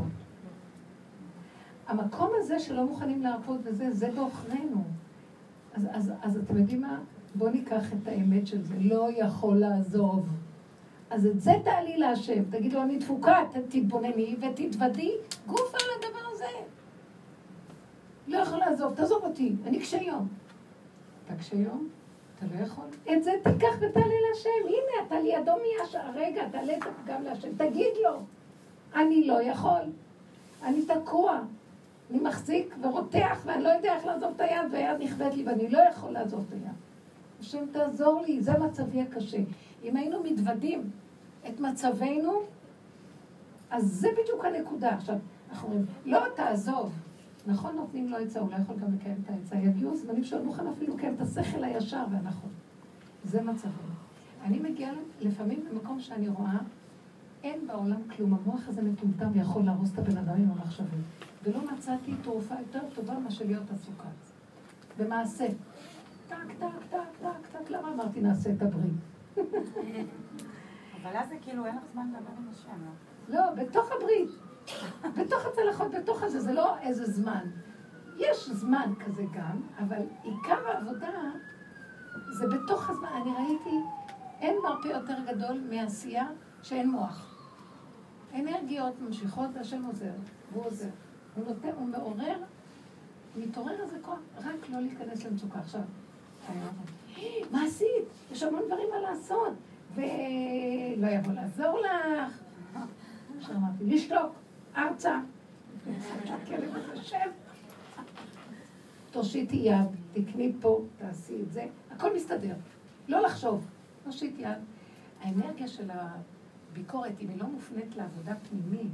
S2: המקום הזה שלא מוכנים להרפות וזה, זה באוכרנו. אז, אז, אז אתם יודעים מה? בואו ניקח את האמת של זה. לא יכול לעזוב. אז את זה תעלי להשם. תגיד לו, אני דפוקה, תתבונני ותתוודי גוף על הדבר הזה. לא יכול לעזוב, תעזוב אותי, אני קשה יום. אתה קשה יום? אתה לא יכול. את זה תיקח ותעלה להשם. הנה, אתה לידו מישר. רגע, תעלה את הפגם להשם. תגיד לו, אני לא יכול. אני תקוע. אני מחזיק ורותח, ואני לא יודע איך לעזוב את היד, והיד נכבד לי, ואני לא יכול לעזוב את היד. השם תעזור לי, זה מצבי הקשה. אם היינו מתוודים את מצבנו, אז זה בדיוק הנקודה. עכשיו, אנחנו אומרים, לא תעזוב. נכון, נותנים לו עצה, הוא לא יכול גם לקיים את העצה. יגיעו זמנים שלא מוכן אפילו לקיים את השכל הישר והנכון. זה מצבנו. אני מגיעה לפעמים במקום שאני רואה, אין בעולם כלום. המוח הזה מטומטם ויכול להרוס את הבן אדם עם המחשבים. ולא מצאתי תרופה יותר טובה מה להיות עסוקה. במעשה. טק, טק, טק, טק, טק. למה אמרתי נעשה את הברית?
S7: אבל אז זה כאילו אין לך זמן לדבר עם השם.
S2: לא, בתוך הברית. בתוך הצלחות, בתוך הזה. זה לא איזה זמן. יש זמן כזה גם, אבל עיקר העבודה זה בתוך הזמן. אני ראיתי, אין מרפא יותר גדול מעשייה שאין מוח. אנרגיות ממשיכות והשם עוזר, והוא עוזר. הוא נותן, הוא מעורר, מתעורר איזה כוח, רק לא להיכנס למצוקה. עכשיו, מה עשית? יש המון דברים מה לעשות, ולא יבוא לעזור לך. עכשיו אמרתי, לשתוק, ארצה. הכלב הזה שם. תושיטי יד, תקני פה, תעשי את זה, הכל מסתדר. לא לחשוב, תושיטי יד. האנרגיה של הביקורת, אם היא לא מופנית לעבודה פנימית,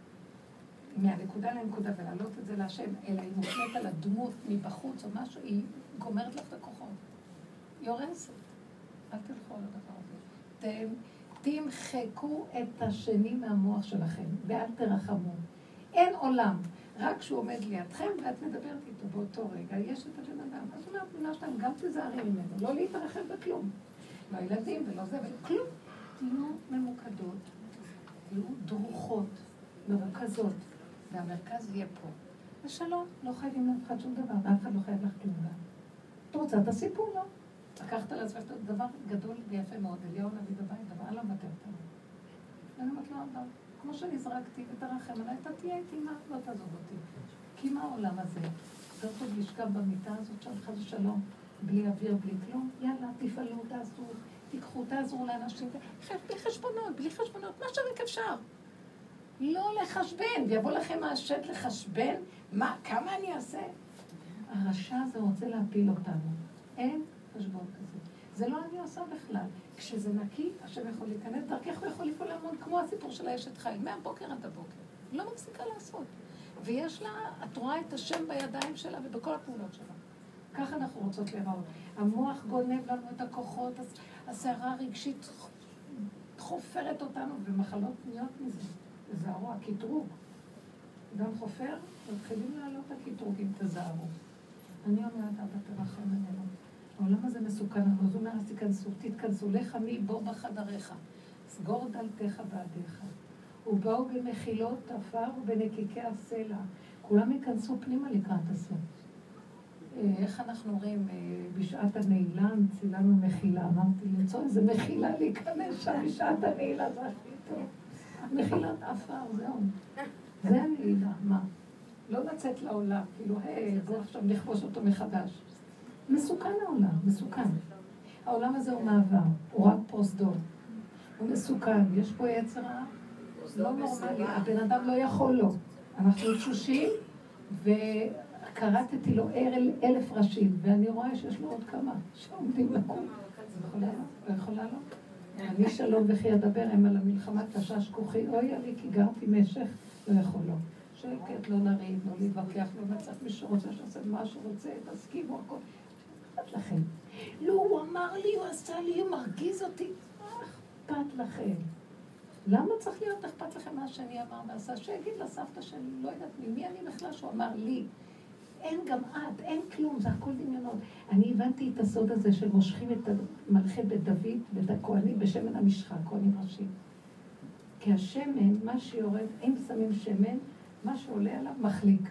S2: מהנקודה לנקודה ולהעלות את זה להשם, אלא היא מופנית על הדמות מבחוץ או משהו, היא גומרת לך את הכוחות. היא הורסת. אל תלכו על הדבר הזה. תמחקו את השני מהמוח שלכם, ואל תרחמו. אין עולם. רק כשהוא עומד לידכם ואת מדברת איתו באותו רגע, יש את הבן אדם. אז אומרת, תמונה שלהם, גם תזהרי ממנו, לא להתרחב בכלום. לא ילדים ולא זה, וכלום. תהיו ממוקדות, תהיו דרוכות, מרוכזות, והמרכז יהיה פה. ושלום, לא חייבים לאף אחד שום דבר, ואף אחד לא חייב לך כלום. את רוצה, תעשי פעולה. לקחת על עצמך דבר גדול ויפה מאוד, אליהו נביא בבית, דבר, אני לא מוותרת עליו. אני אומרת לו, אבא, כמו שאני זרקתי ותרחם עליי, אתה תהיה איתי, מה? לא תעזוב אותי. כי מה העולם הזה? יותר טוב לשכב במיטה הזאת שם, חס ושלום, בלי אוויר, בלי כלום. יאללה, תפעלו, תעשו, תיקחו, תעזרו לאנשים. בלי חשבונות, בלי חשבונות, מה שרק אפשר. לא לחשבן, ויבוא לכם השד לחשבן, מה, כמה אני אעשה? הרשע הזה רוצה להפיל אותנו. אין חשבון כזה. זה לא אני עושה בכלל. כשזה נקי, השם יכול להיכנס דרכך ויכול לפעול המון, כמו הסיפור של האשת חיל, מהבוקר עד הבוקר. לא מפסיקה לעשות. ויש לה, את רואה את השם בידיים שלה ובכל הפעולות שלה. ככה אנחנו רוצות לראות. המוח גונב לנו את הכוחות, הסערה הרגשית חופרת אותנו, ומחלות נהיות מזה. זה הרוע, הקטרוג. גם חופר, מתחילים לעלות הקטרוגים, תזהרו. אני אומרת, אבא תרחם עלינו. העולם הזה מסוכן, אז הוא אומר, אז תיכנסו, תתכנסו, לך מי בור בחדריך, סגור דלתך בעדיך. ובאו במחילות עפר ובנקיקי הסלע. כולם ייכנסו פנימה לקראת הסוף. איך אנחנו רואים, בשעת הנעילה צילנו מחילה. אמרתי, למצוא איזה מחילה להיכנס שם בשעת הנעילה, זה הכי טוב. מחילת עפר, זהו. זה הנעילה, מה? לא לצאת לעולם, כאילו, היי, בוא עכשיו נכבוש אותו מחדש. מסוכן העולם, מסוכן. העולם הזה הוא מעבר, הוא רק פרוסדור. הוא מסוכן, יש פה יצרה לא נורמלי, הבן אדם לא יכול לו. אנחנו תשושים, וקראתי לו אלף ראשים, ואני רואה שיש לו עוד כמה שעומדים לקום. יכולה לו? לא יכולה לו? אני שלום וכי אדבר הם על המלחמה תשש כוחי, אוי עלי כי גרתי משך, לא יכול לו. שקט, לא נריב, לא להתווכח, לא מצאת מי שרוצה שעושה מה שרוצה, תסכימו הכל. אכפת לכם. לא, הוא אמר לי, הוא עשה לי, הוא מרגיז אותי. אכפת לכם. למה צריך להיות אכפת לכם מה שאני אמר ועשה? שיגיד לסבתא שלי, לא יודעת ממי אני בכלל שהוא אמר לי. אין גם את, אין כלום, זה הכל דמיונות. אני הבנתי את הסוד הזה של מושכים את המלכי בית דוד ואת הכהנים בשמן המשחה, כהנים ראשיים. כי השמן, מה שיורד, אם שמים שמן, מה שעולה עליו מחליק.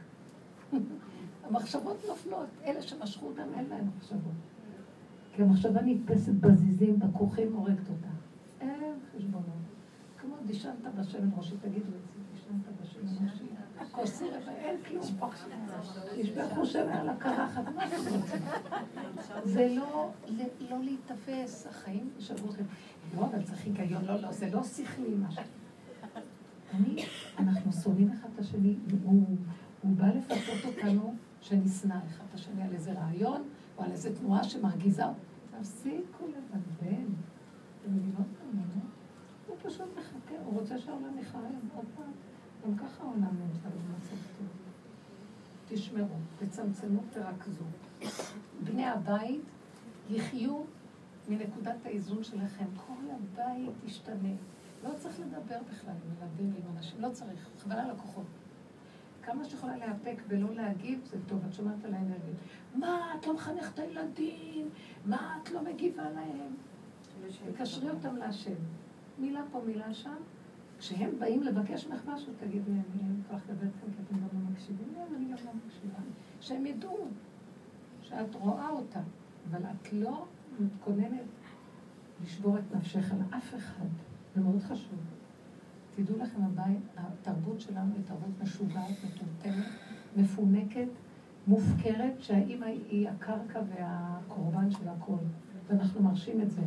S2: המחשבות נופלות, אלה שמשכו אותם, אין להם מחשבות. כי המחשבה נתפסת בזיזים, בכוחים, הורגת אותה. אין חשבונות. כמו דישנת בשמן ראשי, תגידו את זה, דישנת בשמן ראשי. הכוסי רבה, אין כלום. נשפכו שמן על הקרחת, מה אתם רוצים? זה לא להתאפס, החיים ישבו לכם. לא, אבל צריך היגיון, לא, לא, זה לא שכלי משהו. אני, אנחנו שונאים אחד את השני, הוא בא לפתות אותנו שנשנא אחד את השני על איזה רעיון, או על איזה תנועה שמרגיזה. תפסיקו לבלבל. אתם מבינות ממנו? הוא פשוט מחכה, הוא רוצה שהעולם יחיים. עוד פעם, גם ככה העולם נמצא במצב טוב. תשמרו, תצמצמו, תרכזו. בני הבית יחיו מנקודת האיזון שלכם. כל הבית ישתנה. לא צריך לדבר בכלל עם ילדים ועם אנשים, לא צריך, חבל על הכוחות. כמה שיכולה להיאפק ולא להגיב, זה טוב, את שומעת על האנרגיה. מה, את לא מחנך את הילדים? מה, את לא מגיבה להם? וקשרי אותם להשם. מילה פה, מילה שם. כשהם באים לבקש ממך משהו, תגידי, אני כבר לדבר כאן, כי אתם גם לא מקשיבים. לא, אני גם לא מקשיבה. שהם ידעו שאת רואה אותה, אבל את לא מתכוננת לשבור את נפשך על אף אחד. זה מאוד חשוב. תדעו לכם, הבית, התרבות שלנו היא תרבות משוגעת, מטומטמת, מפונקת, מופקרת, שהאימא היא הקרקע והקורבן של הכל. ואנחנו מרשים את זה.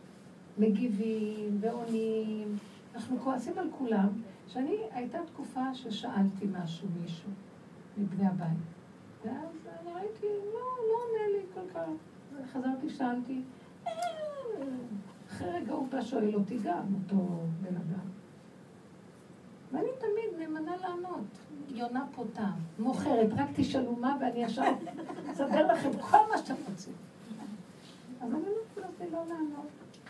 S2: מגיבים ועונים. אנחנו כועסים על כולם, שאני, הייתה תקופה ששאלתי משהו מישהו מבני הבית. ואז אני ראיתי, לא, לא עונה לי כל כך. חזרתי, שאלתי, אחרי רגע הוא בא שואל אותי גם, אותו בן אדם. ואני תמיד נאמנה לענות. יונה פותה, מוכרת, רק תשאלו מה ואני ישר אסדר לכם כל מה שאתם רוצים. אז אני לא יכולה לא לענות.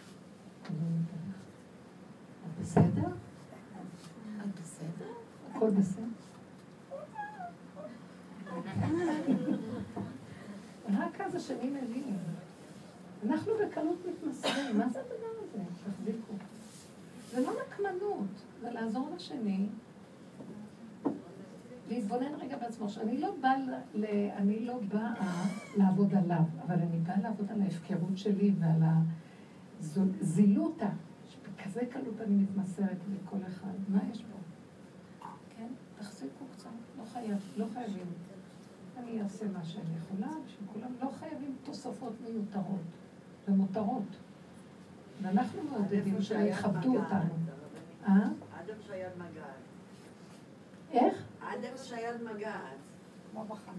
S2: את בסדר? את בסדר? הכל בסדר? רק אז השני מבין. אנחנו בקלות מתמסרים. מה זה הדבר הזה? תחזיקו. זה לא נקמנות, זה לעזור לשני, להתבונן רגע בעצמו, שאני לא באה ל... אני לא באה לעבוד עליו, אבל אני באה לעבוד על ההפקרות שלי ועל הזילותה, שבכזה קלות אני מתמסרת לכל אחד. מה יש בו? כן? תחזיקו קצת, לא חייב, לא חייבים. אני אעשה מה שאני יכולה, שכולם לא חייבים תוספות מיותרות ומותרות. ואנחנו מעודדים שיכבדו אותנו. אה?
S3: אדם שהיד מגעת.
S2: איך?
S3: אדם שהיד מגעת.
S7: כמו בחיים.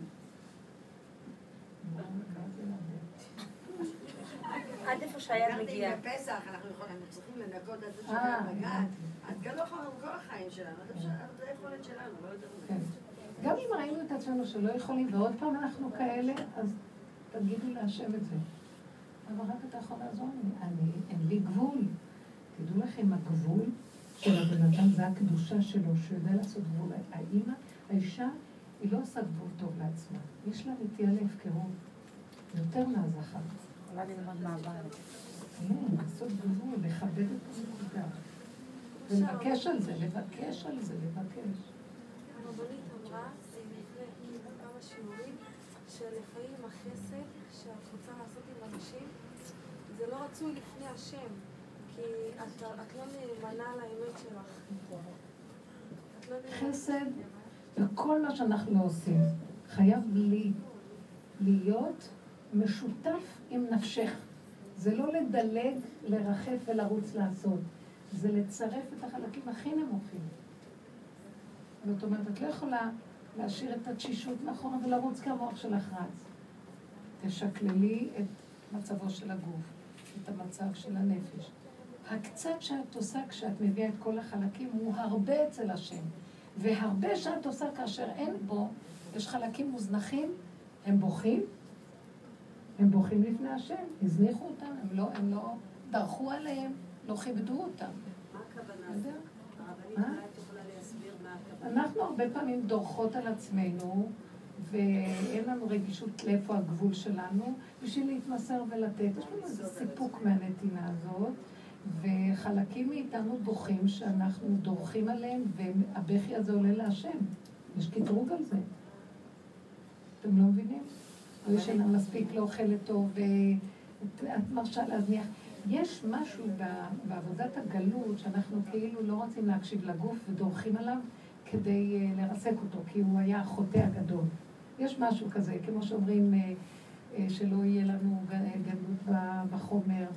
S6: עד איפה שהיד מגיעה.
S3: בפסח אנחנו יכולים, צריכים לנקות את זה שהיד מגעת. את גם לא יכולה כל החיים שלנו, זה היכולת שלנו, לא יותר מזה.
S2: גם אם ראינו את עצמנו שלא יכולים, ועוד פעם אנחנו כאלה, אז תגידו להשם את זה. אבל רק אתה יכול לעזור לי. אני, אין לי גבול. תדעו לכם, הגבול של הבן אדם זה הקדושה שלו, שיודע לעשות גבול. האמא, האישה, היא לא עושה גבול טוב לעצמה. יש לה נטייה להפקרות. יותר מהזכר.
S7: יכולה ללמוד מהבית.
S2: כן, לעשות גבול, לכבד את הנקודה. ולבקש על זה, לבקש על זה, לבקש.
S5: הרבנית אמרה, לפני כמה שיעורים, שלפעמים החסד שאת רוצה לעשות עם אנשים, זה לא רצוי לפני השם, כי את, את לא נאמנה לאמת שלך. לא
S2: חסד, וכל מה שאנחנו עושים, חייב לי להיות משותף עם נפשך. זה לא לדלג, לרחף ולרוץ לעשות. זה לצרף את החלקים הכי נמוכים. זאת אומרת, את לא יכולה להשאיר את התשישות מאחורה ולרוץ כמוח שלך רץ. תשקללי את מצבו של הגוף, את המצב של הנפש. הקצת שאת עושה כשאת מביאה את כל החלקים הוא הרבה אצל השם. והרבה שאת עושה כאשר אין בו, יש חלקים מוזנחים, הם בוכים, הם בוכים לפני השם, הזניחו אותם, הם לא, הם לא דרכו עליהם, לא כיבדו אותם.
S6: מה הכוונה? הרבנית אולי את יכולה להסביר מה הכוונה?
S2: אנחנו הרבה פעמים דורכות על עצמנו, ואין לנו רגישות לאיפה הגבול שלנו, בשביל להתמסר ולתת. יש לנו איזה סיפוק מהנתינה הזאת, וחלקים מאיתנו בוכים שאנחנו דורכים עליהם, והבכי הזה עולה להשם. יש קטרוג על זה. אתם לא מבינים? או ישנה מספיק, לא אוכלת טוב, ואת מרשה להזניח. יש משהו בעבודת הגלות שאנחנו כאילו לא רוצים להקשיב לגוף ודורכים עליו כדי לרסק אותו, כי הוא היה החוטא הגדול. יש משהו כזה, כמו שאומרים, שלא יהיה לנו גלות בחומר,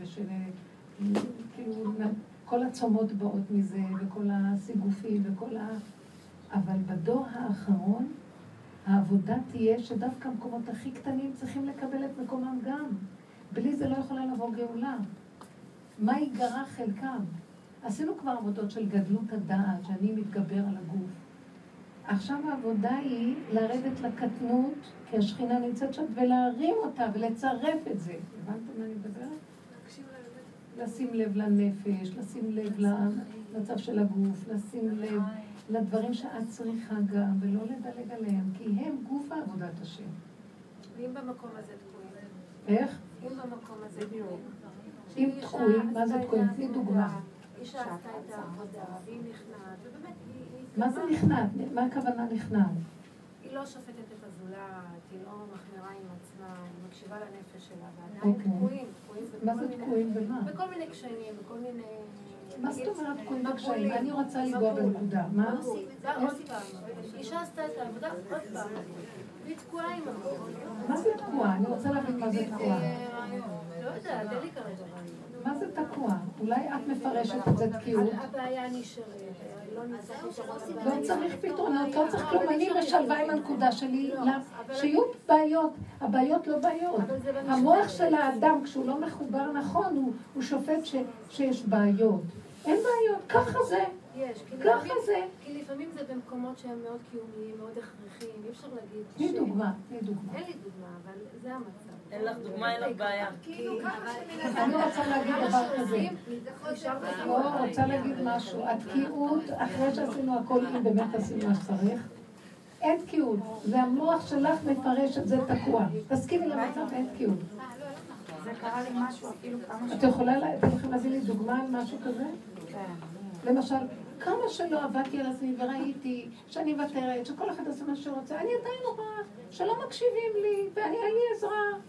S2: וכל הצומות באות מזה, וכל הסיגופים, וכל ה... אבל בדור האחרון, העבודה תהיה שדווקא המקומות הכי קטנים צריכים לקבל את מקומם גם. בלי זה לא יכולה לבוא גאולה. מה ייגרע חלקם? עשינו כבר עבודות של גדלות הדעת, שאני מתגבר על הגוף. עכשיו העבודה היא לרדת לקטנות, כי השכינה נמצאת שם, ולהרים אותה ולצרף את זה. הבנתם מה אני מדברת? לשים לב לנפש, לשים לב למצב של הגוף, לשים לב לדברים שאת צריכה גם, ולא לדלג עליהם, כי הם גוף העבודת השם.
S1: ואם במקום הזה תקועים?
S2: איך?
S1: אם במקום הזה תקועים.
S2: אם תקועים, מה זה תקועים? תני דוגמה.
S1: אישה עשתה את העבודה, והיא נכנעת, ובאמת היא...
S2: מה זה נכנעת? מה הכוונה נכנעת?
S1: היא לא שופטת את הזולת, היא לא מחמירה עם עצמה, היא מקשיבה לנפש שלה, ועדיין תקועים, תקועים
S2: מה זה תקועים במה?
S1: בכל מיני קשיים, בכל מיני...
S2: מה זאת אומרת תקועים בקשיים? אני רוצה לגוע בנקודה. מה?
S1: עוד פעם, אישה עשתה את העבודה עוד פעם, והיא תקועה עם המקום.
S2: מה זה תקועה? אני רוצה להבין מה זה תקועה.
S1: לא יודע, תן לי כרגע רעיון.
S2: מה זה תקוע? אולי את מפרשת את זה תקיעות?
S1: הבעיה נשארת, לא נמצא פתרון.
S2: לא צריך פתרונות, לא צריך כלום. אני בשלווה עם הנקודה שלי, שיהיו בעיות. הבעיות לא בעיות. המוח של האדם, כשהוא לא מחובר נכון, הוא שופט שיש בעיות. אין בעיות, ככה זה.
S1: יש,
S2: ככה זה.
S1: כי לפעמים זה במקומות שהם מאוד קיומיים, מאוד הכרחיים, אי אפשר להגיד ש...
S2: תני דוגמה, תני דוגמה.
S1: אין לי דוגמה, אבל זה המצב.
S8: אין לך דוגמה, אין לך בעיה.
S2: אני רוצה להגיד דבר כזה. לא, רוצה להגיד משהו. התקיעות, אחרי שעשינו הכל, אם באמת עשינו מה שצריך, אין תקיעות. זה המוח שלך מפרש את זה תקוע. תסכימי למצב, אין תקיעות.
S7: זה קרה לי משהו אפילו כמה
S2: את יכולה, אתם יכולים להביא לי דוגמה על משהו כזה?
S7: כן.
S2: למשל, כמה שלא עבדתי על עצמי וראיתי שאני מוותרת, שכל אחד עושה מה שרוצה, אני עדיין רואה שלא מקשיבים לי, ואני אין לי עזרה.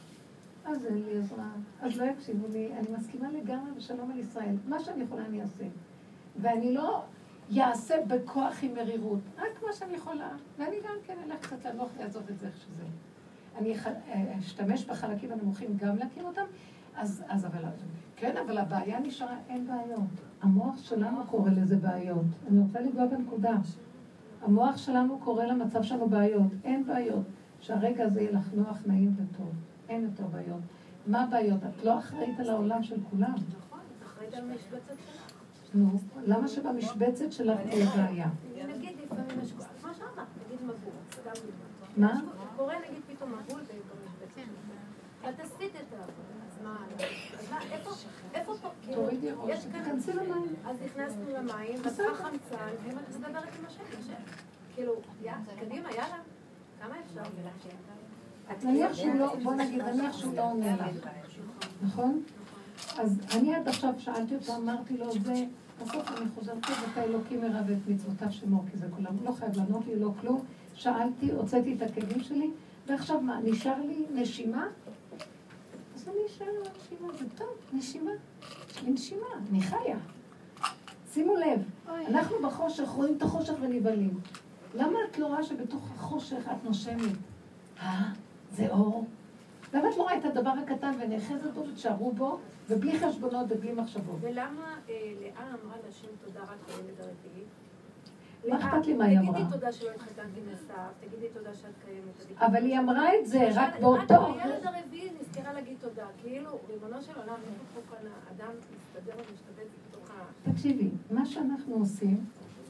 S2: אז אין לי עזרה, אז לא יקשיבו לי, אני מסכימה לגמרי בשלום על ישראל. מה שאני יכולה אני אעשה. ואני לא יעשה בכוח עם מרירות, רק מה שאני יכולה. ואני גם כן אלך קצת לנוח לעזוב את זה איך שזה. אני אשתמש בחלקים הנמוכים גם להכיר אותם, אז, אז אבל, כן, אבל הבעיה נשארה, אין בעיות. המוח שלנו קורא לזה בעיות. אני רוצה לגוע בנקודה. המוח שלנו קורא למצב שלנו בעיות. אין בעיות. שהרגע הזה יהיה לך נוח, נעים וטוב. אין יותר בעיות. מה הבעיות? את לא אחראית על העולם של כולם.
S1: נכון, את אחראית על המשבצת שלך.
S2: נו, למה שבמשבצת שלך תהיה בעיה?
S1: נגיד לפעמים יש... מה שאמרת, נגיד מבול, סתם לבד.
S2: מה?
S1: קורה נגיד פתאום מבול במשבצת שלך. את עשית את העבודה. אז מה, אז מה, איפה, איפה פה, כאילו,
S2: תורידי ראש, תכנסי למים.
S1: אז נכנסנו למים, עשרה חמצן, הם את מדברת עם השם, כאילו, קדימה, יאללה, כמה אפשר ולהשם?
S2: נניח שהוא לא, בוא נגיד, נניח שהוא לא עונה לך, נכון? אז אני עד עכשיו שאלתי אותו, אמרתי לו, זה, בסוף אני חוזרת פה, ואתה אלוקים מרב את מצוותיו שמו, כי זה כולם, לא חייב לענות לי, לא כלום. שאלתי, הוצאתי את הכלים שלי, ועכשיו מה, נשאר לי נשימה? אז אני אשאר על הנשימה, זה טוב, נשימה. יש לי נשימה, אני חיה. שימו לב, אנחנו בחושך רואים את החושך ונבהלים. למה את לא רואה שבתוך החושך את נושמת? אה, זה אור. למה את לא רואה את הדבר הקטן ונאחזת בו ותשארו בו, ובלי חשבונות ובלי מחשבות?
S1: ולמה לאה אמרה לשם תודה רק בילד הרביעי?
S2: מה אכפת לי מה היא אמרה?
S1: תגידי תודה שלא התחתנתי מסף, תגידי תודה שאת קיימת.
S2: אבל היא אמרה את זה רק באותו.
S1: רק בילד הרביעי נזכרה להגיד תודה, כאילו ריבונו של עולם, איפה פה כאן האדם מסתדר ומשתבט בתוך ה...
S2: תקשיבי, מה שאנחנו עושים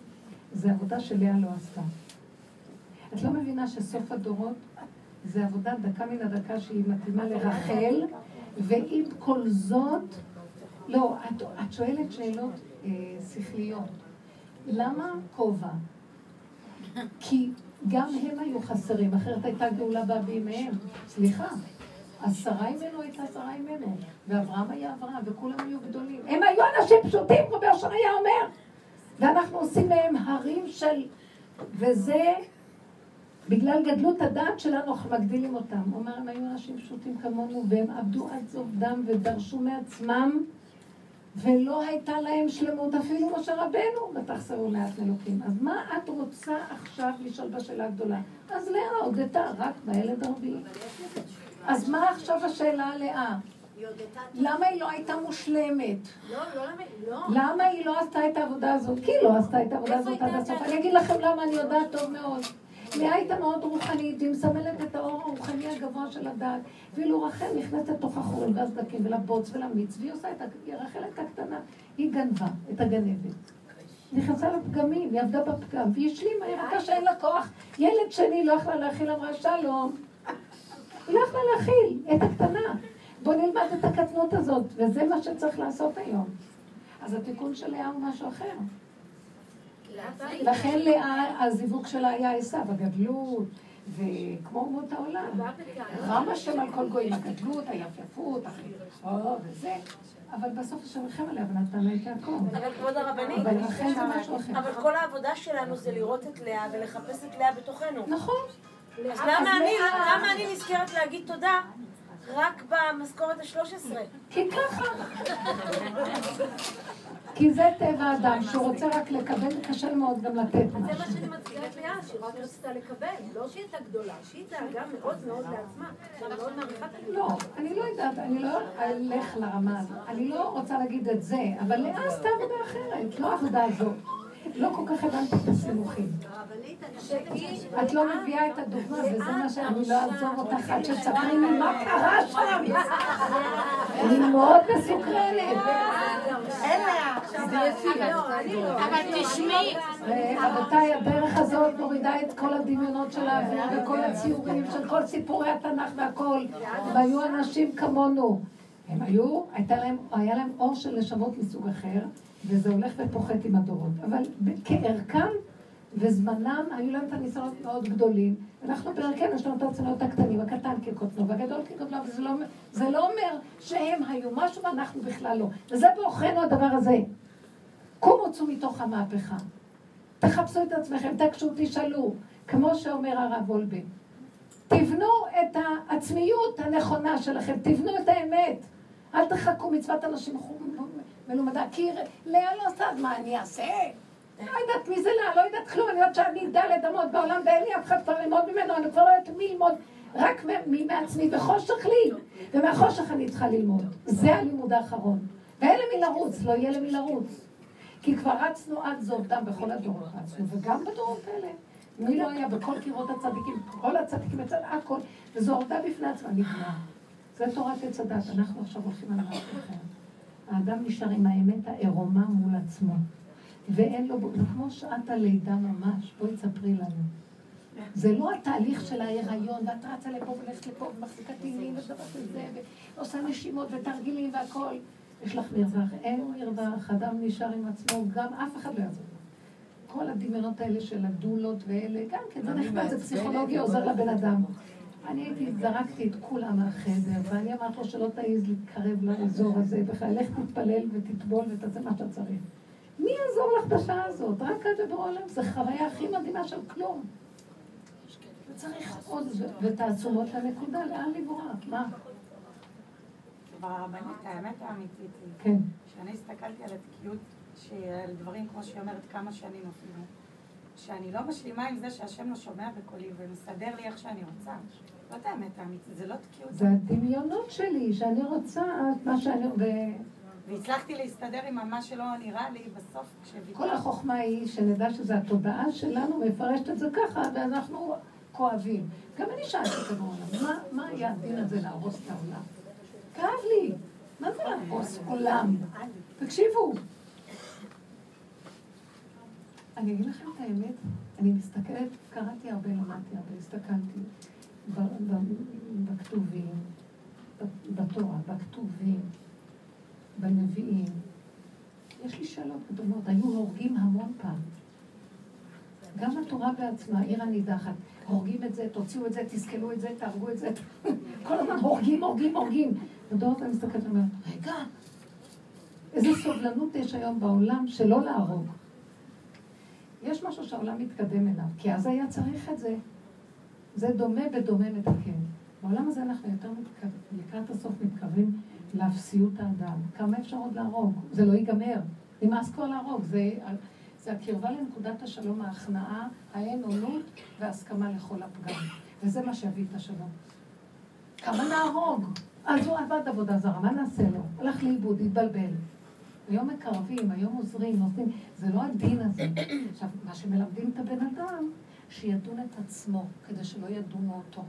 S2: זה עבודה שלאה לא עשתה. את לא מבינה שסוף הדורות זה עבודה דקה מן הדקה שהיא מתאימה לרחל, ועם כל זאת, לא, את, את שואלת שאלות אה, שכליות. למה כובע? כי גם הם היו חסרים, אחרת הייתה גאולה באה בימיהם. סליחה, עשרה ממנו הייתה עשרה ממנו, ואברהם היה אברהם, וכולם היו גדולים. הם היו אנשים פשוטים, רבי אושר היה אומר. ואנחנו עושים מהם הרים של... וזה, בגלל גדלות הדעת שלנו, אנחנו מגדילים אותם. הוא אומר, הם היו אנשים פשוטים כמונו, והם עבדו עד זוב דם ודרשו מעצמם, ולא הייתה להם שלמות, אפילו משה רבנו, ותחסרו מעט אלוקים. אז מה את רוצה עכשיו לשאול בשאלה הגדולה? אז לאה הודתה רק בילד הרביעי. אז מה עכשיו השאלה לאה? למה היא לא הייתה מושלמת?
S6: לא, לא, לא.
S2: למה היא לא עשתה את העבודה הזאת? כי היא לא עשתה את העבודה הזאת עד הסוף. אני אגיד לכם למה, אני יודעת טוב מאוד. לאה הייתה מאוד רוחנית, היא מסמלת את האור הרוחני הגבוה של הדעת, ואילו רחל נכנסת לתוך החול והסדקים ולבוץ ולמיץ, והיא עושה את הרחלת הקטנה, היא גנבה את הגנבת. נכנסה לפגמים, היא עבדה בפגם, והיא השלימה, היא ראתה שאין לה כוח. ילד שני לא יכלה להכיל, אמרה שלום. היא לא יכלה להכיל את הקטנה. בוא נלמד את הקטנות הזאת, וזה מה שצריך לעשות היום. אז התיקון של לאה הוא משהו אחר. לכן לאה, הזיווג שלה היה עשיו, הגדלות, וכמו אומות העולם. רם השם על כל גויים, הגדלות, היפייפות, או וזה. אבל בסוף השם רחם עליה ונתן לה את הכל.
S8: אבל כבוד הרבנית,
S2: אבל לכן זה משהו אחר.
S8: אבל כל העבודה שלנו זה לראות את לאה ולחפש את לאה בתוכנו.
S2: נכון.
S8: אז למה אני נזכרת להגיד תודה רק במשכורת ה-שלוש עשרה?
S2: כי ככה. כי זה טבע האדם, שהוא רוצה רק לקבל, קשה מאוד גם לתת משהו.
S6: זה מה שאני מצביעת לאה, שהיא רק רצתה לקבל, לא שהיא הייתה גדולה, שהיא דאגה מאוד מאוד לעצמה, שהיא מאוד מעריכה את זה.
S2: לא, אני לא יודעת, אני לא אלך לרמה הזאת, אני לא רוצה להגיד את זה, אבל לאה עשתה עבודה אחרת, לא העבודה הזאת. לא כל כך הבנתי את הסימוכים. את לא מביאה את הדוגמה, וזה מה שאני לא אעזוב אותך עד שתספרי לי מה קרה שם. אני מאוד מסוקרנת.
S8: אין לה.
S1: אבל תשמעי.
S2: רבותיי, הדרך הזאת מורידה את כל הדמיונות של האוויר וכל הציורים של כל סיפורי התנ"ך והכל. הם היו אנשים כמונו. הם היו, היה להם אור של נשמות מסוג אחר, וזה הולך ופוחת עם הדורות. אבל כערכם וזמנם, היו להם את הניסיונות מאוד גדולים. אנחנו בערכנו, יש לנו את הרצונות הקטנים, הקטן כקוטנו, והגדול כקוטנו, וזה לא, זה לא אומר שהם היו משהו ואנחנו בכלל לא. וזה באוכרנו הדבר הזה. קומו צאו מתוך המהפכה. תחפשו את עצמכם, תקשו, תשאלו. כמו שאומר הרב וולבה. תבנו את העצמיות הנכונה שלכם, תבנו את האמת. אל תחכו מצוות אנשים מלומדה, כי לאה לא עושה, מה אני אעשה? לא יודעת מי זה לאה, לא יודעת כלום, אני יודעת שאני דלת אמות בעולם ואין לי אף אחד כבר ללמוד ממנו, אני כבר לא יודעת מי ללמוד, רק מעצמי, וחושך לי, ומהחושך אני צריכה ללמוד. זה הלימוד האחרון. ואין למי לרוץ, לא יהיה למי לרוץ. כי כבר רצנו עד זוב דם בכל הדורות רצנו, וגם בדורות האלה. מי לא היה בכל קירות הצדיקים, כל הצדיקים אצל הכל, וזו הורדה בפני עצמה נגמר. זה תורת עץ הדת, אנחנו עכשיו הולכים על משהו אחר. האדם נשאר עם האמת העירומה מול עצמו, ואין לו, זה כמו שעת הלידה ממש, בואי תספרי לנו. זה לא התהליך של ההיריון, ואת רצה לפה ולכת לפה, ומחזיקה תהילים ודבר כזה, ועושה נשימות ותרגילים והכל. יש לך מרווח, אין מרווח, אדם נשאר עם עצמו, גם אף אחד לא יעזור. כל הדמיונות האלה של הדולות ואלה, גם כן, זה נחמד, זה פסיכולוגיה, עוזר לבן אדם. אני הייתי, זרקתי את כולם מהחדר, ואני אמרת לו שלא תעיז להתקרב לאזור הזה, בכלל, לך תתפלל ותטבול ותעשה מה שאתה צריך. מי יעזור לך בשעה הזאת? רק את ובעולם, זה חוויה הכי מדהימה של כלום. וצריך עוד, ותעצומות לנקודה, לאן לברוח? מה?
S7: ברבנית, האמת האמיתית היא,
S2: כן.
S7: שאני הסתכלתי על התקיעות, על דברים כמו שהיא אומרת כמה שנים אפילו, שאני לא משלימה עם זה שהשם לא שומע בקולי ומסדר לי איך שאני רוצה. לא את האמת האמיתית, זה לא תקיעות.
S2: זה הדמיונות שלי, שאני רוצה מה שאני...
S7: והצלחתי להסתדר עם מה שלא נראה לי בסוף כשוויתרתי.
S2: כל החוכמה היא שנדע שזה התודעה שלנו מפרשת את זה ככה, ואנחנו כואבים. גם אני שאלתי כזה עולם, מה, מה היה הדין הזה להרוס את העולם? כאב לי. מה זה להרוס עולם? תקשיבו. אני אגיד לכם את האמת, אני מסתכלת, קראתי הרבה, למדתי הרבה, הסתכלתי בכתובים, בתורה, בכתובים, בנביאים. יש לי שאלות קדומות, היו הורגים המון פעם. גם התורה בעצמה, עיר הנידחת, הורגים את זה, תוציאו את זה, תסכלו את זה, תהרגו את זה, כל הזמן הורגים, הורגים, הורגים. ודורות אני מסתכלת ואומרת, רגע, איזה סובלנות יש היום בעולם שלא להרוג. יש משהו שהעולם מתקדם אליו, כי אז היה צריך את זה. זה דומה בדומה מתקן. בעולם הזה אנחנו יותר מתקרבים, לקראת הסוף מתקרבים לאפסיות האדם. כמה אפשר עוד להרוג? זה לא ייגמר. נמאס כבר להרוג. זה, זה הקרבה לנקודת השלום, ההכנעה, האין עולות וההסכמה לכל הפגם. וזה מה שיביא את השלום. כמה נהרוג? אז הוא עבד עבודה זרה, מה נעשה לו? הלך לאיבוד, התבלבל. היום מקרבים, היום עוזרים, נותנים. זה לא הדין הזה. עכשיו, מה שמלמדים את הבן אדם, שידון את עצמו, כדי שלא ידונו אותו.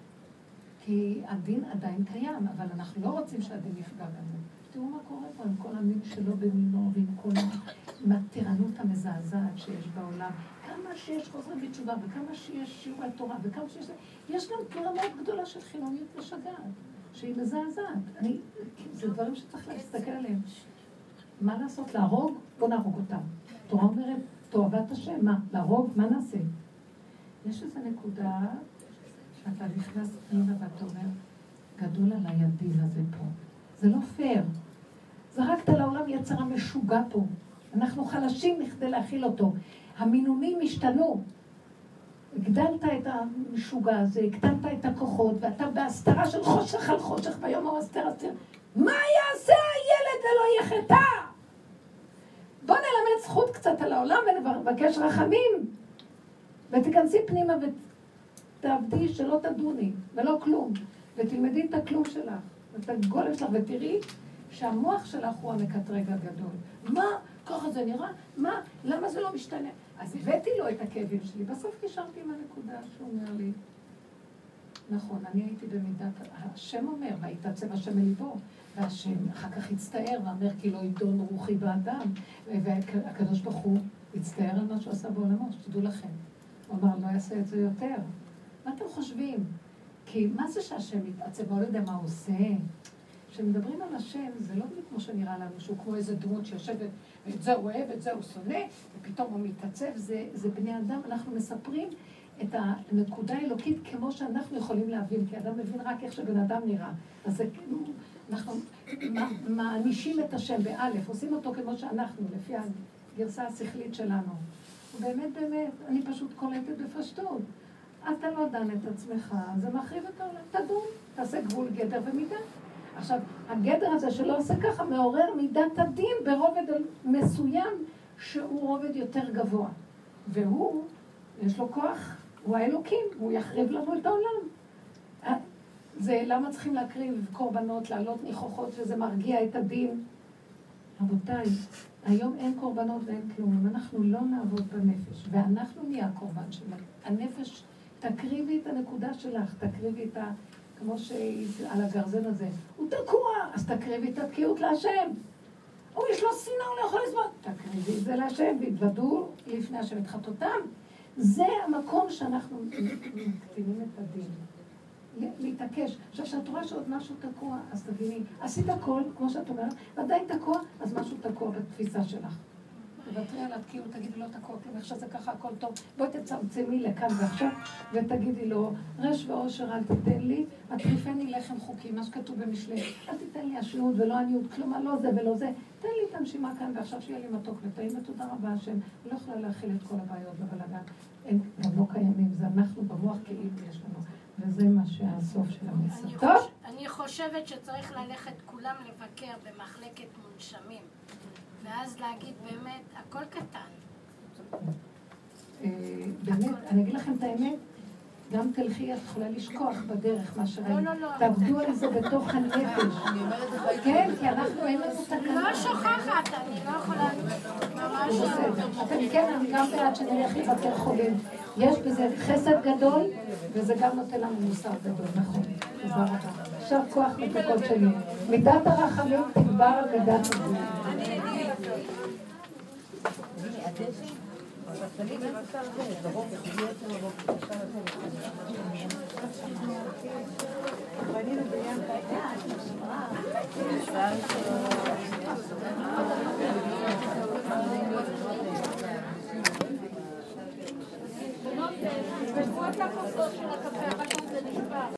S2: כי הדין עדיין קיים, אבל אנחנו לא רוצים שהדין יפגע בנו. תראו מה קורה פה עם כל המין שלו במינו, ועם כל הטירנות המזעזעת שיש בעולם. כמה שיש חוזרים בתשובה, וכמה שיש שיעורי תורה, וכמה שיש... יש גם תורה מאוד גדולה של חילוניות משגעת, שהיא מזעזעת. אני... זה דברים שצריך להסתכל עליהם. מה לעשות? להרוג? בוא נהרוג אותם. תורה אומרת, תאהבת השם, מה? להרוג? מה נעשה? יש איזו נקודה שאתה נכנס פנימה ואתה אומר, גדול עליי הדין הזה פה. זה לא פייר. זרקת לעולם יצרה משוגע פה. אנחנו חלשים מכדי להכיל אותו. המינונים השתנו. הגדלת את המשוגע הזה, הקטנת את הכוחות, ואתה בהסתרה של חושך על חושך ביום ההוא אסתר אסתר. מה יעשה הילד ולא יחטא? בוא נלמד זכות קצת על העולם ונבקש רחמים. ותיכנסי פנימה ותעבדי שלא תדוני, ולא כלום. ותלמדי את הכלום שלך, את הגולם שלך, ותראי שהמוח שלך הוא המקטרג הגדול. מה? ככה זה נראה? מה? למה זה לא משתנה? אז הבאתי לו את הכאבים שלי. בסוף קישרתי עם הנקודה שהוא אומר לי, נכון, אני הייתי במידת... השם אומר, והתעצב השם מליבו, והשם אחר כך הצטער, ואומר כי לא ידון רוחי באדם, והקדוש ברוך הוא הצטער על מה שהוא עשה בעולמו, שתדעו לכם. הוא אמר, לא יעשה את זה יותר. מה אתם חושבים? כי מה זה שהשם מתעצב? הוא לא יודע מה הוא עושה. כשמדברים על השם, זה לא כמו שנראה לנו, שהוא כמו איזה דמות שיושבת, ואת זה הוא אוהב, את זה הוא שונא, ופתאום הוא מתעצב. זה, זה בני אדם, אנחנו מספרים את הנקודה האלוקית כמו שאנחנו יכולים להבין, כי אדם מבין רק איך שבן אדם נראה. אז זה, אנחנו מענישים את השם באלף, עושים אותו כמו שאנחנו, לפי הגרסה השכלית שלנו. ובאמת, באמת, אני פשוט קולטת בפשטות. אתה לא דן את עצמך, זה מחריב את העולם. תדון, תעשה גבול גדר ומידה. עכשיו, הגדר הזה שלא עושה ככה מעורר מידת הדין ברובד מסוים שהוא רובד יותר גבוה. והוא, יש לו כוח, הוא האלוקים, הוא יחריב לנו את העולם. זה למה צריכים להקריב קורבנות, לעלות ניחוחות, וזה מרגיע את הדין. רבותיי, היום אין קורבנות ואין כלום. אם אנחנו לא נעבוד בנפש, ואנחנו נהיה הקורבן שלנו. הנפש, תקריבי את הנקודה שלך, תקריבי את ה... כמו שעל הגרזן הזה. הוא תקוע, אז תקריבי את התקיעות להשם. הוא יש לו שנאה, הוא לא יכול לסבול. תקריבי את זה להשם, והתוודו לפני השם את חטאותם. זה המקום שאנחנו מקטינים את הדין. להתעקש. עכשיו, כשאת רואה שעוד משהו תקוע, אז תביני, עשית הכל, כמו שאת אומרת, ועדיין תקוע, אז משהו תקוע בתפיסה שלך. תוותרי על התקיעות, תגידי לו תקוע, כלום, איך שזה ככה, הכל טוב. בואי תצמצמי לכאן ועכשיו, ותגידי לו, רש ואושר, אל תיתן לי, התחיפני לחם חוקי, מה שכתוב במשלי, אל תיתן לי השעות ולא עניות, כלומר, לא זה ולא זה. תן לי את הנשימה כאן, ועכשיו שיהיה לי מתוק וטעים, ותודה רבה השם. לא יכולה להכיל את כל הבעיות בבלגן. הם גם לא קיימים, זה אנחנו במוח כאילו יש לנו. וזה מה שהסוף של המסר. טוב?
S1: אני חושבת שצריך ללכת כולם לבקר במחלקת מונשמים. ואז להגיד באמת, הכל קטן.
S2: באמת, אני אגיד לכם את האמת, גם תלכי, את יכולה לשכוח בדרך מה שראית.
S1: לא, לא, לא.
S2: תעבדו על זה בתוך הנפש. כן, כי אנחנו אין לנו תקנה.
S1: לא שוכחת, אני לא יכולה... ממש לא.
S2: אתם כן, אני גם בעד שנלך לבקר חולים. יש בזה חסד גדול, וזה גם נותן לנו מוסר גדול, נכון. תודה רבה. עכשיו כוח מתוקות שלי. מידת הרחמים תגבר על מידת הגבול.
S1: הכוסות של הקבלה.